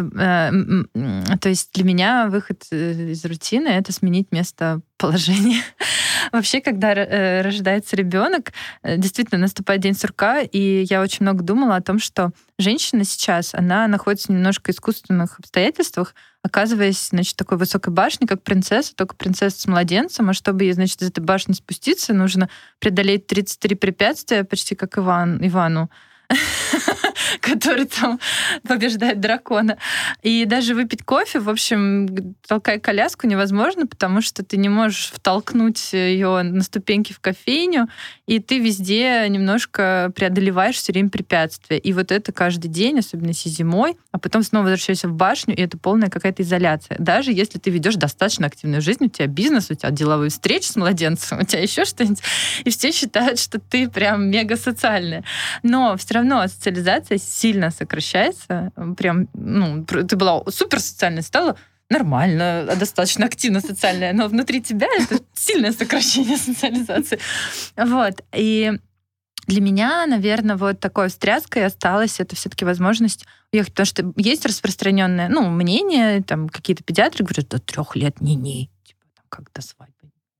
То есть для меня выход из рутины — это сменить местоположение. Вообще, когда рождается ребенок, действительно наступает день сурка, и я очень много думала о том, что женщина сейчас, она находится в немножко искусственных обстоятельствах, оказываясь, значит, такой высокой башне, как принцесса, только принцесса с младенцем, а чтобы ей, значит, из этой башни спуститься, нужно преодолеть 33 препятствия, почти как Ивану, который там побеждает дракона. И даже выпить кофе, в общем, толкая коляску, невозможно, потому что ты не можешь втолкнуть ее на ступеньки в кофейню, и ты везде немножко преодолеваешь все время препятствия. И вот это каждый день, особенно если зимой, а потом снова возвращаешься в башню, и это полная какая-то изоляция. Даже если ты ведешь достаточно активную жизнь, у тебя бизнес, у тебя деловые встречи с младенцем, у тебя еще что-нибудь, и все считают, что ты прям мега социальная. Но все равно социализация сильно сокращается. Прям, ты была супер социальной, стала нормально, достаточно активно социальная, но внутри тебя это сильное сокращение социализации. Вот. И для меня, наверное, вот такой встряской осталась это все-таки возможность уехать, потому что есть распространенное, мнение, там какие-то педиатры говорят, до 3 лет не, типа там как до свадьбы.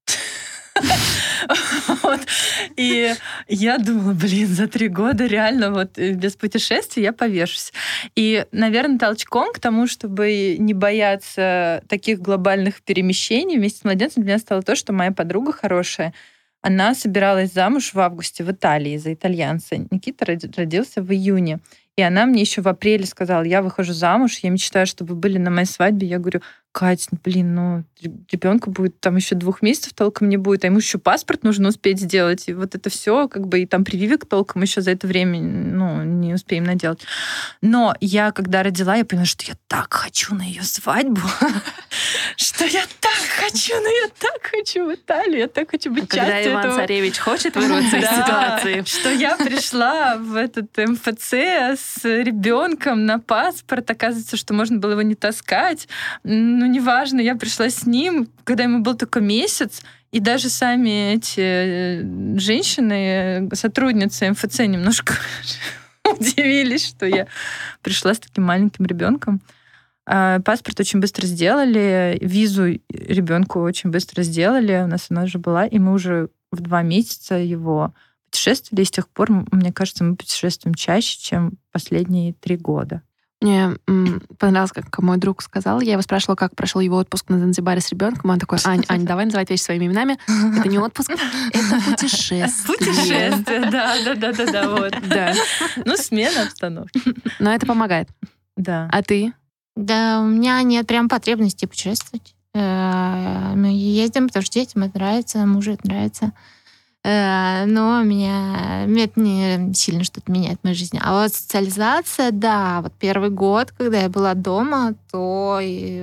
И я думала, за 3 года реально вот без путешествий я повешусь. И, наверное, толчком к тому, чтобы не бояться таких глобальных перемещений вместе с младенцем, для меня стало то, что моя подруга хорошая, она собиралась замуж в августе в Италии за итальянца. Никита родился в июне. И она мне еще в апреле сказала, я выхожу замуж, я мечтаю, чтобы вы были на моей свадьбе. Я говорю, Кать, ребенку будет там еще 2 месяцев толком не будет, а ему еще паспорт нужно успеть сделать. И вот это все, и там прививок толком еще за это время, не успеем наделать. Но я, когда родила, я поняла, что я так хочу на ее свадьбу, что я так хочу в Италию, я так хочу быть частью этого. Когда Иван Царевич хочет вырваться из ситуации. Что я пришла в этот МФЦ с ребенком на паспорт, оказывается, что можно было его не таскать. Неважно, я пришла с ним, когда ему был только месяц, и даже сами эти женщины, сотрудницы МФЦ, немножко удивились, что я пришла с таким маленьким ребенком. Паспорт очень быстро сделали, визу ребенку очень быстро сделали, у нас она уже была, и мы уже в 2 месяца его путешествовали, и с тех пор, мне кажется, мы путешествуем чаще, чем последние 3 года. Мне понравилось, как мой друг сказал. Я его спрашивала, как прошел его отпуск на Занзибаре с ребенком. Он такой, Ань, давай называть вещи своими именами. Это не отпуск, это путешествие. Путешествие, да, вот. Да. Смена обстановки. Но это помогает. Да. А ты? Да, у меня нет прям потребности путешествовать. Мы ездим, потому что детям это нравится, мужу это нравится. но это не сильно что-то меняет в моей жизни. А вот социализация, да, вот первый год, когда я была дома, то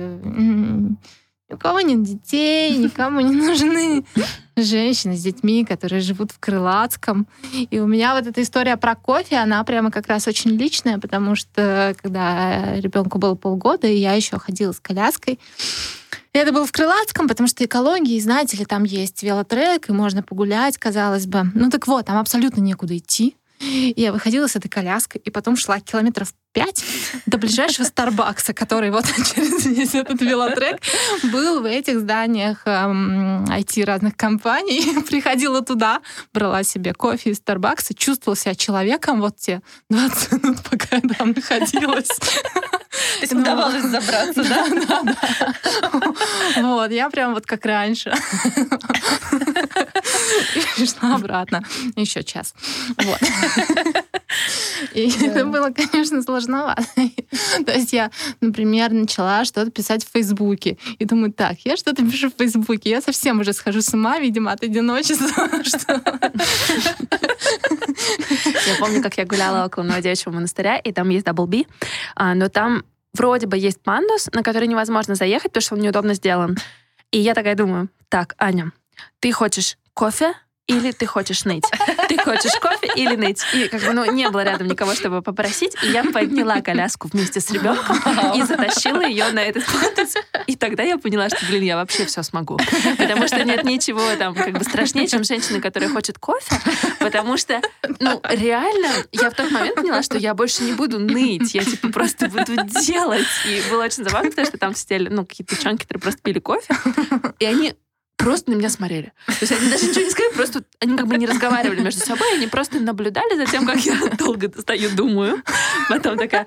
у кого нет детей, никому не нужны женщины с детьми, которые живут в Крылатском. И у меня вот эта история про кофе, она прямо как раз очень личная, потому что когда ребенку было полгода, и я еще ходила с коляской, и это было в Крылатском, потому что экология, знаете ли, там есть велотрек, и можно погулять, казалось бы. Ну так вот, там абсолютно некуда идти. И я выходила с этой коляской, и потом шла километров 5 до ближайшего Старбакса, который вот через весь этот велотрек был в этих зданиях IT разных компаний. Приходила туда, брала себе кофе из Старбакса, чувствовала себя человеком вот те 20 минут, пока я там находилась. То есть удавалось забраться, да? Да. Вот, я прям вот как раньше. И шла обратно. Еще час. Вот. И это было, конечно, сложновато. То есть я, например, начала что-то писать в Фейсбуке. И думаю, так, я что-то пишу в Фейсбуке. Я совсем уже схожу с ума, видимо, от одиночества. Я помню, как я гуляла около Новодевичьего монастыря, и там есть Double B, но там вроде бы есть пандус, на который невозможно заехать, потому что он неудобно сделан. И я такая думаю, так, Аня, ты хочешь кофе или ты хочешь ныть? Ты хочешь кофе или ныть? И как бы, не было рядом никого, чтобы попросить. И я подняла коляску вместе с ребенком и затащила ее на этот пандус. И тогда я поняла, что, я вообще все смогу. Потому что нет ничего там как бы страшнее, чем женщина, которая хочет кофе. Потому что, реально, я в тот момент поняла, что я больше не буду ныть. Я просто буду делать. И было очень забавно, потому что там сидели, какие-то девчонки, которые просто пили кофе. И они просто на меня смотрели. То есть они даже ничего не сказали, просто они как бы не разговаривали между собой, они просто наблюдали за тем, как я долго стою, думаю. Потом такая,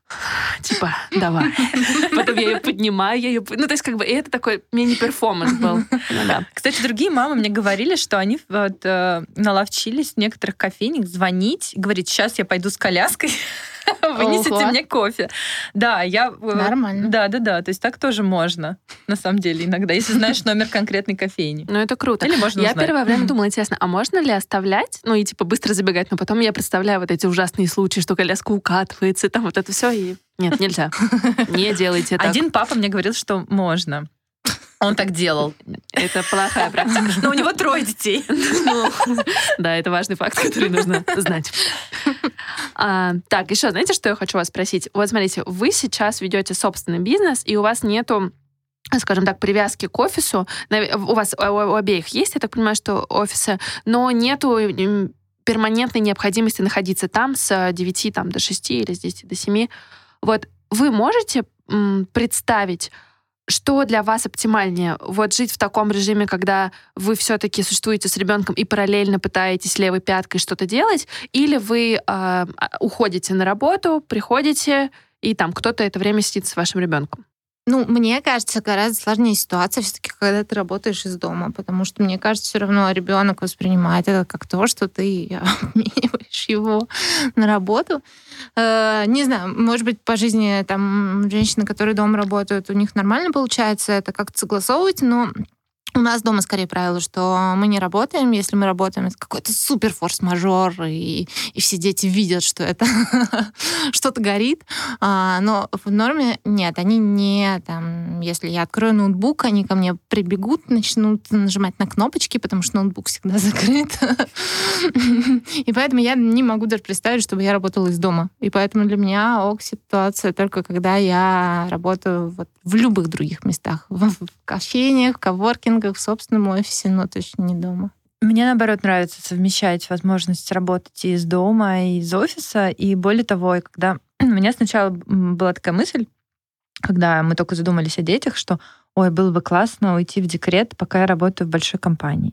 давай. Потом я ее поднимаю, то есть как бы и это такой мини-перформанс был. Да. Кстати, другие мамы мне говорили, что они вот наловчились в некоторых кофейнях звонить, говорить, сейчас я пойду с коляской, вынесите мне кофе. Да, Нормально. Да. То есть так тоже можно, на самом деле, иногда, если знаешь номер конкретной кофейни. Это круто. Или можно узнать. Я первое время думала, интересно, а можно ли оставлять, и быстро забегать, но потом я представляю вот эти ужасные случаи, что коляска укатывается, там вот это все, и нет, нельзя. Не делайте так. Один папа мне говорил, что можно. Он так делал. Это плохая практика. Но у него 3 детей. Да, это важный факт, который нужно знать. Так, еще, знаете, что я хочу вас спросить? Вот смотрите, вы сейчас ведете собственный бизнес, и у вас нету, скажем так, привязки к офису. У вас у обеих есть, я так понимаю, что офисы, но нету перманентной необходимости находиться там с 9 до 6 или с 10 до 7. Вот вы можете представить, что для вас оптимальнее? Вот жить в таком режиме, когда вы все-таки существуете с ребенком и параллельно пытаетесь левой пяткой что-то делать, или вы уходите на работу, приходите, и там кто-то это время сидит с вашим ребенком? Мне кажется, гораздо сложнее ситуация все-таки, когда ты работаешь из дома, потому что, мне кажется, все равно ребенок воспринимает это как то, что ты обмениваешь его на работу. Не знаю, может быть, по жизни там женщины, которые дома работают, у них нормально получается это как-то согласовывать, но у нас дома скорее правило, что мы не работаем. Если мы работаем, это какой-то супер форс-мажор, и все дети видят, что это что-то горит. Но в норме нет. Они не... если я открою ноутбук, они ко мне прибегут, начнут нажимать на кнопочки, потому что ноутбук всегда закрыт. И поэтому я не могу даже представить, чтобы я работала из дома. И поэтому для меня ситуация только когда я работаю в любых других местах. В кофейнях, в коворкингах, в собственном офисе, но точно не дома. Мне, наоборот, нравится совмещать возможность работать и из дома, и из офиса. И более того, когда у меня сначала была такая мысль, когда мы только задумались о детях, что, было бы классно уйти в декрет, пока я работаю в большой компании.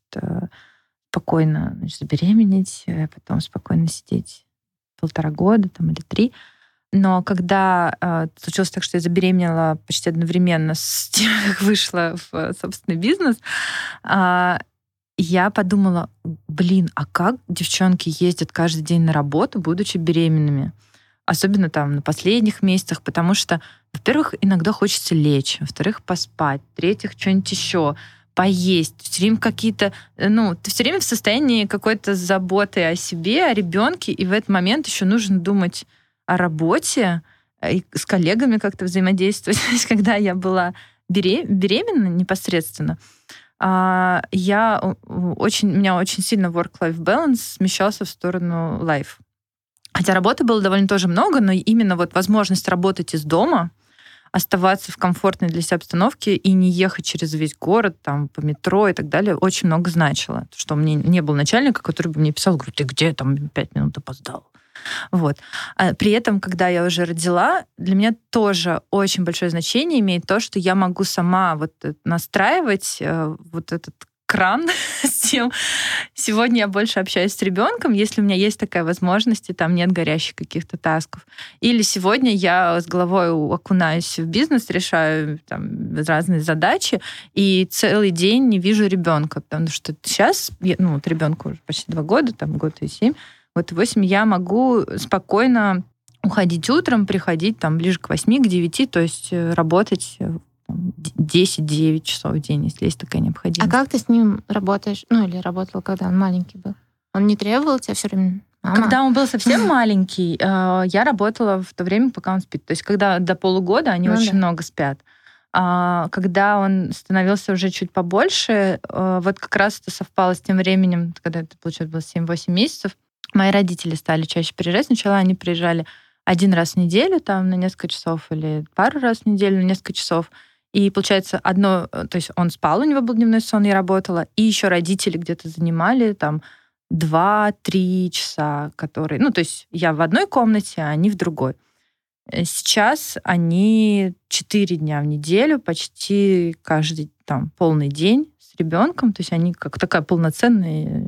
Спокойно забеременеть, потом спокойно сидеть 1,5 года или 3. Но когда случилось так, что я забеременела почти одновременно с тем, как вышла в собственный бизнес, я подумала, а как девчонки ездят каждый день на работу, будучи беременными? Особенно на последних месяцах, потому что, во-первых, иногда хочется лечь, во-вторых, поспать, в-третьих, что-нибудь еще. поесть, все время какие-то... ты все время в состоянии какой-то заботы о себе, о ребенке, и в этот момент еще нужно думать о работе, и с коллегами как-то взаимодействовать. То есть, когда я была беременна непосредственно, у меня очень сильно work-life balance смещался в сторону life. Хотя работы было довольно тоже много, но именно вот возможность работать из дома, оставаться в комфортной для себя обстановке и не ехать через весь город, там, по метро и так далее, очень много значило. Что у меня не было начальника, который бы мне писал, говорит, ты где, там, 5 минут опоздал. Вот. А при этом, когда я уже родила, для меня тоже очень большое значение имеет то, что я могу сама вот настраивать вот этот кран с тем, сегодня я больше общаюсь с ребенком, если у меня есть такая возможность, и там нет горящих каких-то тасков. Или сегодня я с головой окунаюсь в бизнес, решаю там разные задачи, и целый день не вижу ребенка, потому что сейчас, ребенку уже почти 2 года, там год и 7, год и 8, я могу спокойно уходить утром, приходить там ближе к 8, к 9, то есть работать 10-9 часов в день, если есть такая необходимость. А как ты с ним работаешь? Или работала, когда он маленький был? Он не требовал тебя все время? Мама? Когда он был совсем маленький, я работала в то время, пока он спит. То есть когда до полугода они очень много спят. А когда он становился уже чуть побольше, вот как раз это совпало с тем временем, когда это, получается, было 7-8 месяцев, мои родители стали чаще приезжать. Сначала они приезжали 1 раз в неделю, там, на несколько часов, или пару раз в неделю на несколько часов. И, получается, то есть он спал, у него был дневной сон, я работала, и еще родители где-то занимали там 2-3 часа, которые... то есть я в одной комнате, а они в другой. Сейчас они 4 дня в неделю, почти каждый там полный день с ребенком, то есть они как такая полноценная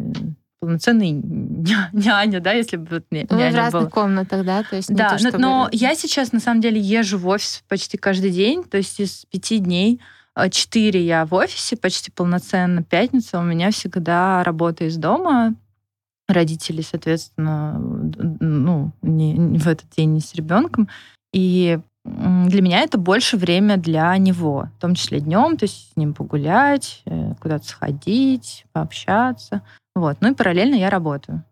няня, да, если бы вот няня была. Вы в разных комнатах, да? То есть да, но я сейчас, на самом деле, езжу в офис почти каждый день, то есть из 5 дней 4 я в офисе почти полноценно, пятница у меня всегда работа из дома, родители, соответственно, не в этот день не с ребенком, и для меня это больше время для него, в том числе днем, то есть с ним погулять, куда-то сходить, пообщаться. Вот. И параллельно я работаю.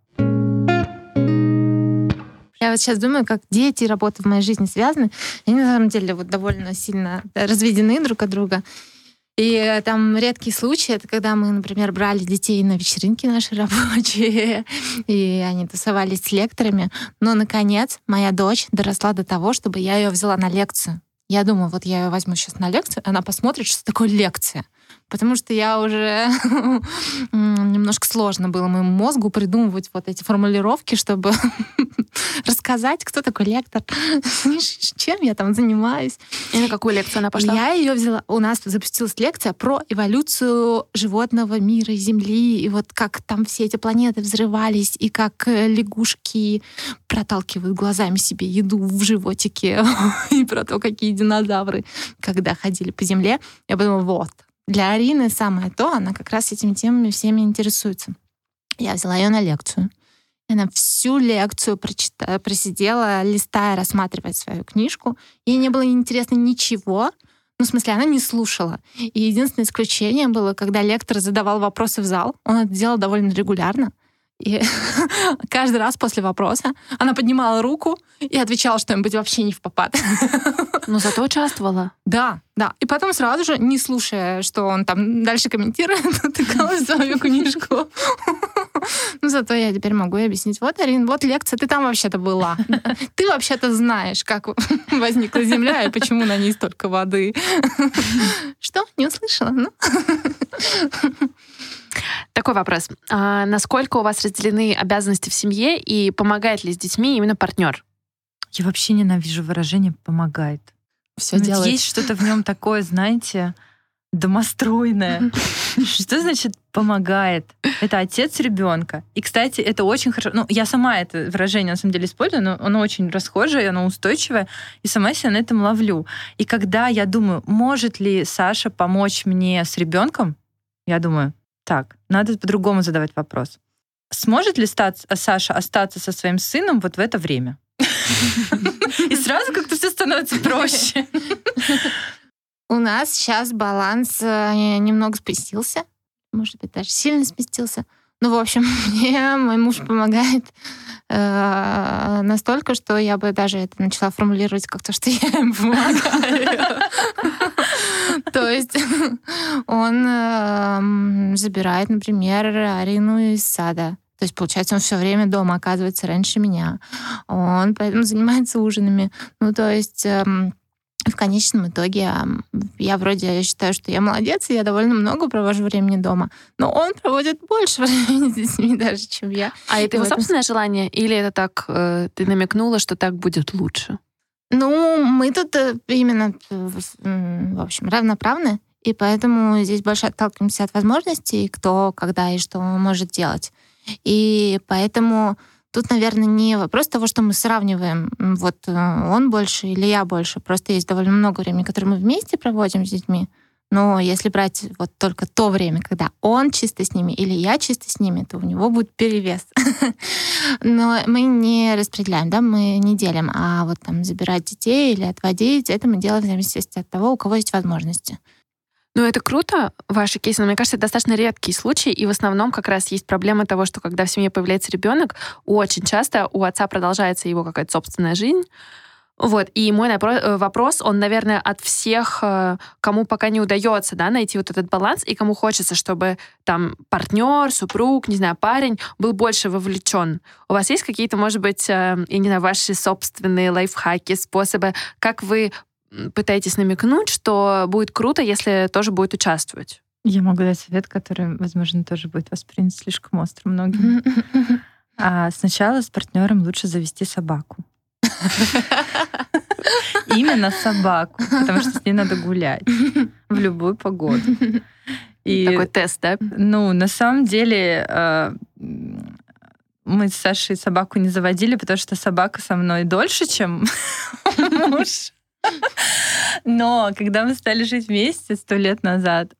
Я вот сейчас думаю, как дети и работа в моей жизни связаны. Они на самом деле вот довольно сильно разведены друг от друга. И там редкие случаи, это когда мы, например, брали детей на вечеринки наши рабочие, и они тусовались с лекторами. Но, наконец, моя дочь доросла до того, чтобы я ее взяла на лекцию. Я думаю, вот я ее возьму сейчас на лекцию, она посмотрит, что такое лекция. Потому что я уже немножко сложно было моему мозгу придумывать вот эти формулировки, чтобы рассказать, кто такой лектор, чем я там занимаюсь. И на какую лекцию она пошла? Я ее взяла. У нас запустилась лекция про эволюцию животного мира и Земли, и вот как там все эти планеты взрывались, и как лягушки проталкивают глазами себе еду в животике, и про то, какие динозавры, когда ходили по Земле. Я подумала, вот. Для Арины самое то, она как раз этими темами всеми интересуется. Я взяла ее на лекцию. И она всю лекцию просидела, листая, рассматривая свою книжку. Ей не было интересно ничего. В смысле, она не слушала. И единственное исключение было, когда лектор задавал вопросы в зал. Он это делал довольно регулярно. И каждый раз после вопроса она поднимала руку и отвечала что-нибудь вообще не впопад. Но зато участвовала. Да. И потом сразу же, не слушая, что он там дальше комментирует, натыкалась в свою книжку. Зато я теперь могу объяснить. Вот, Арин, вот лекция, ты там вообще-то была. Ты вообще-то знаешь, как возникла Земля и почему на ней столько воды. Что? Не услышала? Такой вопрос. Насколько у вас разделены обязанности в семье и помогает ли с детьми именно партнер? Я вообще ненавижу выражение «помогает». Все делает. Есть что-то в нем такое, знаете, домостройное. Что значит «помогает»? Это отец ребенка. И, кстати, это очень хорошо. Я сама это выражение, на самом деле, использую, но оно очень расхожее, оно устойчивое, и сама себя на этом ловлю. И когда я думаю, может ли Саша помочь мне с ребенком, я думаю, так, надо по-другому задавать вопрос. Сможет ли Саша остаться со своим сыном вот в это время? И сразу как-то все становится проще. У нас сейчас баланс немного спустился. Может быть, даже сильно сместился. Ну, в общем, мне мой муж помогает настолько, что я бы даже это начала формулировать как то, что я ему помогаю. То есть он забирает, например, Арину из сада. То есть, получается, он все время дома оказывается раньше меня. Он поэтому занимается ужинами. Ну, то есть в конечном итоге я вроде считаю, что я молодец, и я довольно много провожу времени дома. Но он проводит больше времени с детьми даже, чем я. А это его собственное желание? Или это так, ты намекнула, что так будет лучше? Ну, мы тут именно, в общем, равноправны. И поэтому здесь больше отталкиваемся от возможностей, кто, когда и что может делать. И поэтому тут, наверное, не вопрос того, что мы сравниваем, вот он больше или я больше. Просто есть довольно много времени, которое мы вместе проводим с детьми. Но если брать вот только то время, когда он чисто с ними или я чисто с ними, то у него будет перевес. Но мы не распределяем, да, мы не делим. А вот там забирать детей или отводить, это мы делаем в зависимости от того, у кого есть возможности. Ну, это круто, ваши кейсы, но мне кажется, это достаточно редкий случай, и в основном как раз есть проблема того, что когда в семье появляется ребенок, очень часто у отца продолжается его какая-то собственная жизнь. Вот, и мой вопрос, он, наверное, от всех, кому пока не удается, да, найти вот этот баланс, и кому хочется, чтобы там партнер, супруг, не знаю, парень был больше вовлечен. У вас есть какие-то, может быть, я не знаю, ваши собственные лайфхаки, способы, как вы пытаетесь намекнуть, что будет круто, если тоже будет участвовать? Я могу дать совет, который, возможно, тоже будет воспринят слишком остро многими. Сначала с партнером лучше завести собаку. Именно собаку, потому что с ней надо гулять в любую погоду. И, такой тест, да? Ну, на самом деле, мы с Сашей собаку не заводили, потому что собака со мной дольше, чем муж. Но когда мы стали жить вместе 100 лет назад,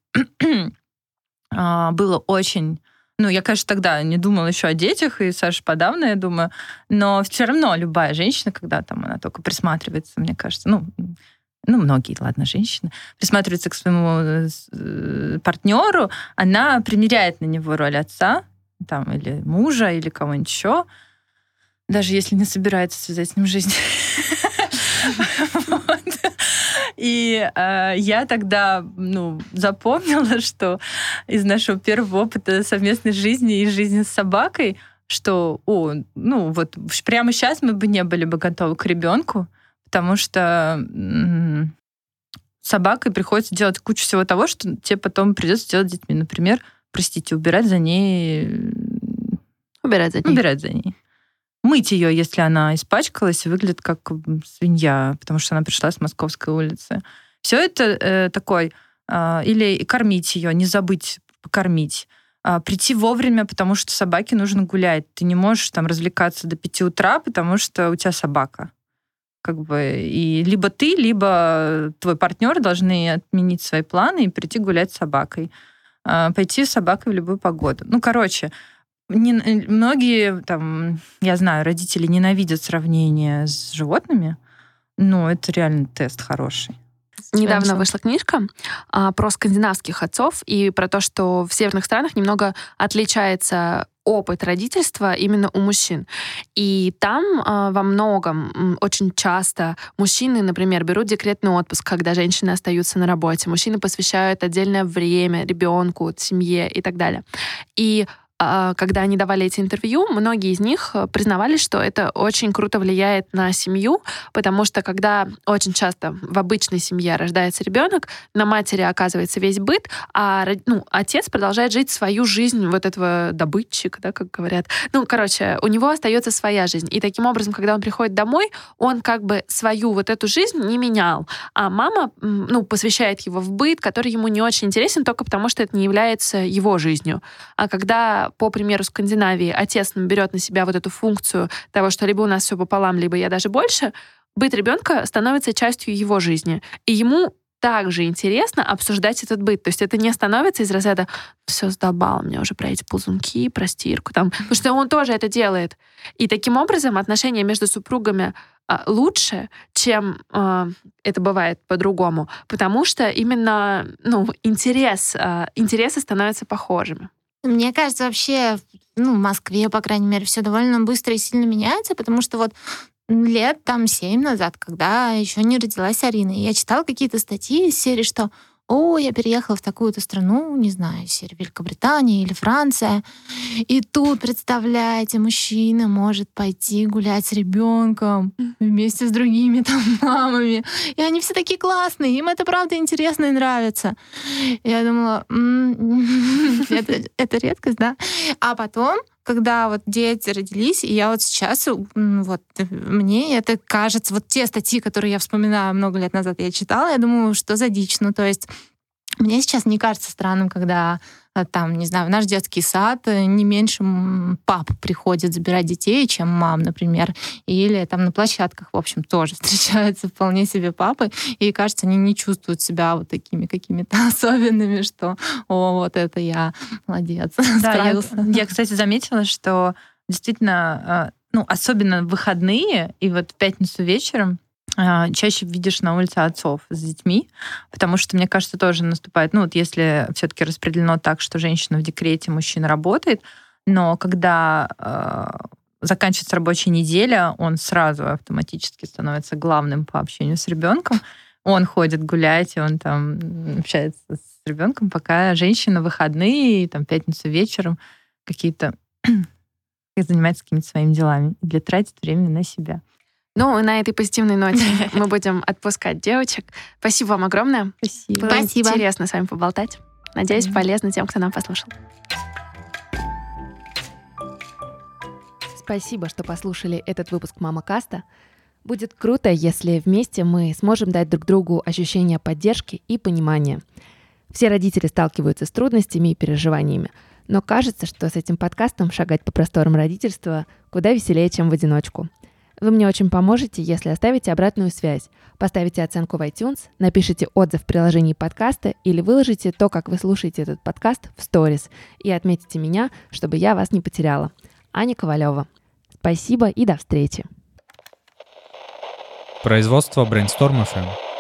было очень... Ну, я, конечно, тогда не думала еще о детях, и Саша подавно, я думаю. Но все равно любая женщина, когда там она только присматривается, мне кажется, ну, многие, ладно, женщины, присматриваются к своему партнеру, она примеряет на него роль отца, там, или мужа, или кого-нибудь еще, даже если не собирается связать с ним жизнь. И я тогда запомнила, что из нашего первого опыта совместной жизни и жизни с собакой, что вот прямо сейчас мы бы не были бы готовы к ребенку, потому что с собакой приходится делать кучу всего того, что тебе потом придется делать с детьми. Например, убирать за ней. Убирать за ней. Мыть ее, если она испачкалась и выглядит как свинья, потому что она пришла с Московской улицы. Все это такой... Или кормить ее, не забыть покормить. Прийти вовремя, потому что собаке нужно гулять. Ты не можешь там развлекаться до 5 утра, потому что у тебя собака. И либо ты, либо твой партнер должны отменить свои планы и прийти гулять с собакой. Пойти с собакой в любую погоду. Многие, я знаю, родители ненавидят сравнение с животными, но это реально тест хороший. Недавно вышла книжка про скандинавских отцов и про то, что в северных странах немного отличается опыт родительства именно у мужчин. И там во многом очень часто мужчины, например, берут декретный отпуск, когда женщины остаются на работе. Мужчины посвящают отдельное время ребенку, семье и так далее. И когда они давали эти интервью, многие из них признавались, что это очень круто влияет на семью, потому что когда очень часто в обычной семье рождается ребенок, на матери оказывается весь быт, а отец продолжает жить свою жизнь вот этого добытчика, да, как говорят. У него остается своя жизнь. И таким образом, когда он приходит домой, он свою вот эту жизнь не менял. А мама, посвящает его в быт, который ему не очень интересен, только потому что это не является его жизнью. А когда, по примеру Скандинавии, отец берет на себя вот эту функцию того, что либо у нас все пополам, либо я даже больше, быт ребенка становится частью его жизни. И ему также интересно обсуждать этот быт. То есть это не становится из разряда «все задолбало мне уже про эти ползунки, про стирку». Потому что он тоже это делает. И таким образом отношения между супругами лучше, чем это бывает по-другому, потому что именно интересы становятся похожими. Мне кажется, вообще, в Москве, по крайней мере, все довольно быстро и сильно меняется, потому что вот лет 7 назад, когда еще не родилась Арина, я читала какие-то статьи из серии, что я переехала в такую-то страну, не знаю, серия Великобритания или Франция, и тут, представляете, мужчина может пойти гулять с ребенком вместе с другими там мамами, и они все такие классные, им это правда интересно и нравится. Я думала, это редкость, да? А потом, когда вот дети родились, и я вот сейчас, мне это кажется, вот те статьи, которые я вспоминаю много лет назад, я читала, я думаю, что за дичь. То есть мне сейчас не кажется странным, когда не знаю, в наш детский сад не меньше пап приходят забирать детей, чем мам, например. Или там на площадках, в общем, тоже встречаются вполне себе папы. И, кажется, они не чувствуют себя вот такими какими-то особенными, что вот это я молодец, справился. Я, кстати, заметила, что действительно, особенно в выходные и вот в пятницу вечером чаще видишь на улице отцов с детьми, потому что, мне кажется, тоже наступает, если все-таки распределено так, что женщина в декрете, мужчина работает, но когда заканчивается рабочая неделя, он сразу автоматически становится главным по общению с ребенком. Он ходит гулять, и он там общается с ребенком, пока женщина в выходные, пятницу вечером какие-то занимается какими-то своими делами для тратить время на себя. На этой позитивной ноте мы будем отпускать девочек. Спасибо вам огромное. Спасибо. Было интересно с вами поболтать. Надеюсь, полезно тем, кто нам послушал. Спасибо, что послушали этот выпуск «Мамакаста». Будет круто, если вместе мы сможем дать друг другу ощущение поддержки и понимания. Все родители сталкиваются с трудностями и переживаниями, но кажется, что с этим подкастом шагать по просторам родительства куда веселее, чем в одиночку. Вы мне очень поможете, если оставите обратную связь, поставите оценку в iTunes, напишите отзыв в приложении подкаста или выложите то, как вы слушаете этот подкаст, в сторис и отметите меня, чтобы я вас не потеряла. Аня Ковалева. Спасибо и до встречи. Производство Brainstorm FM.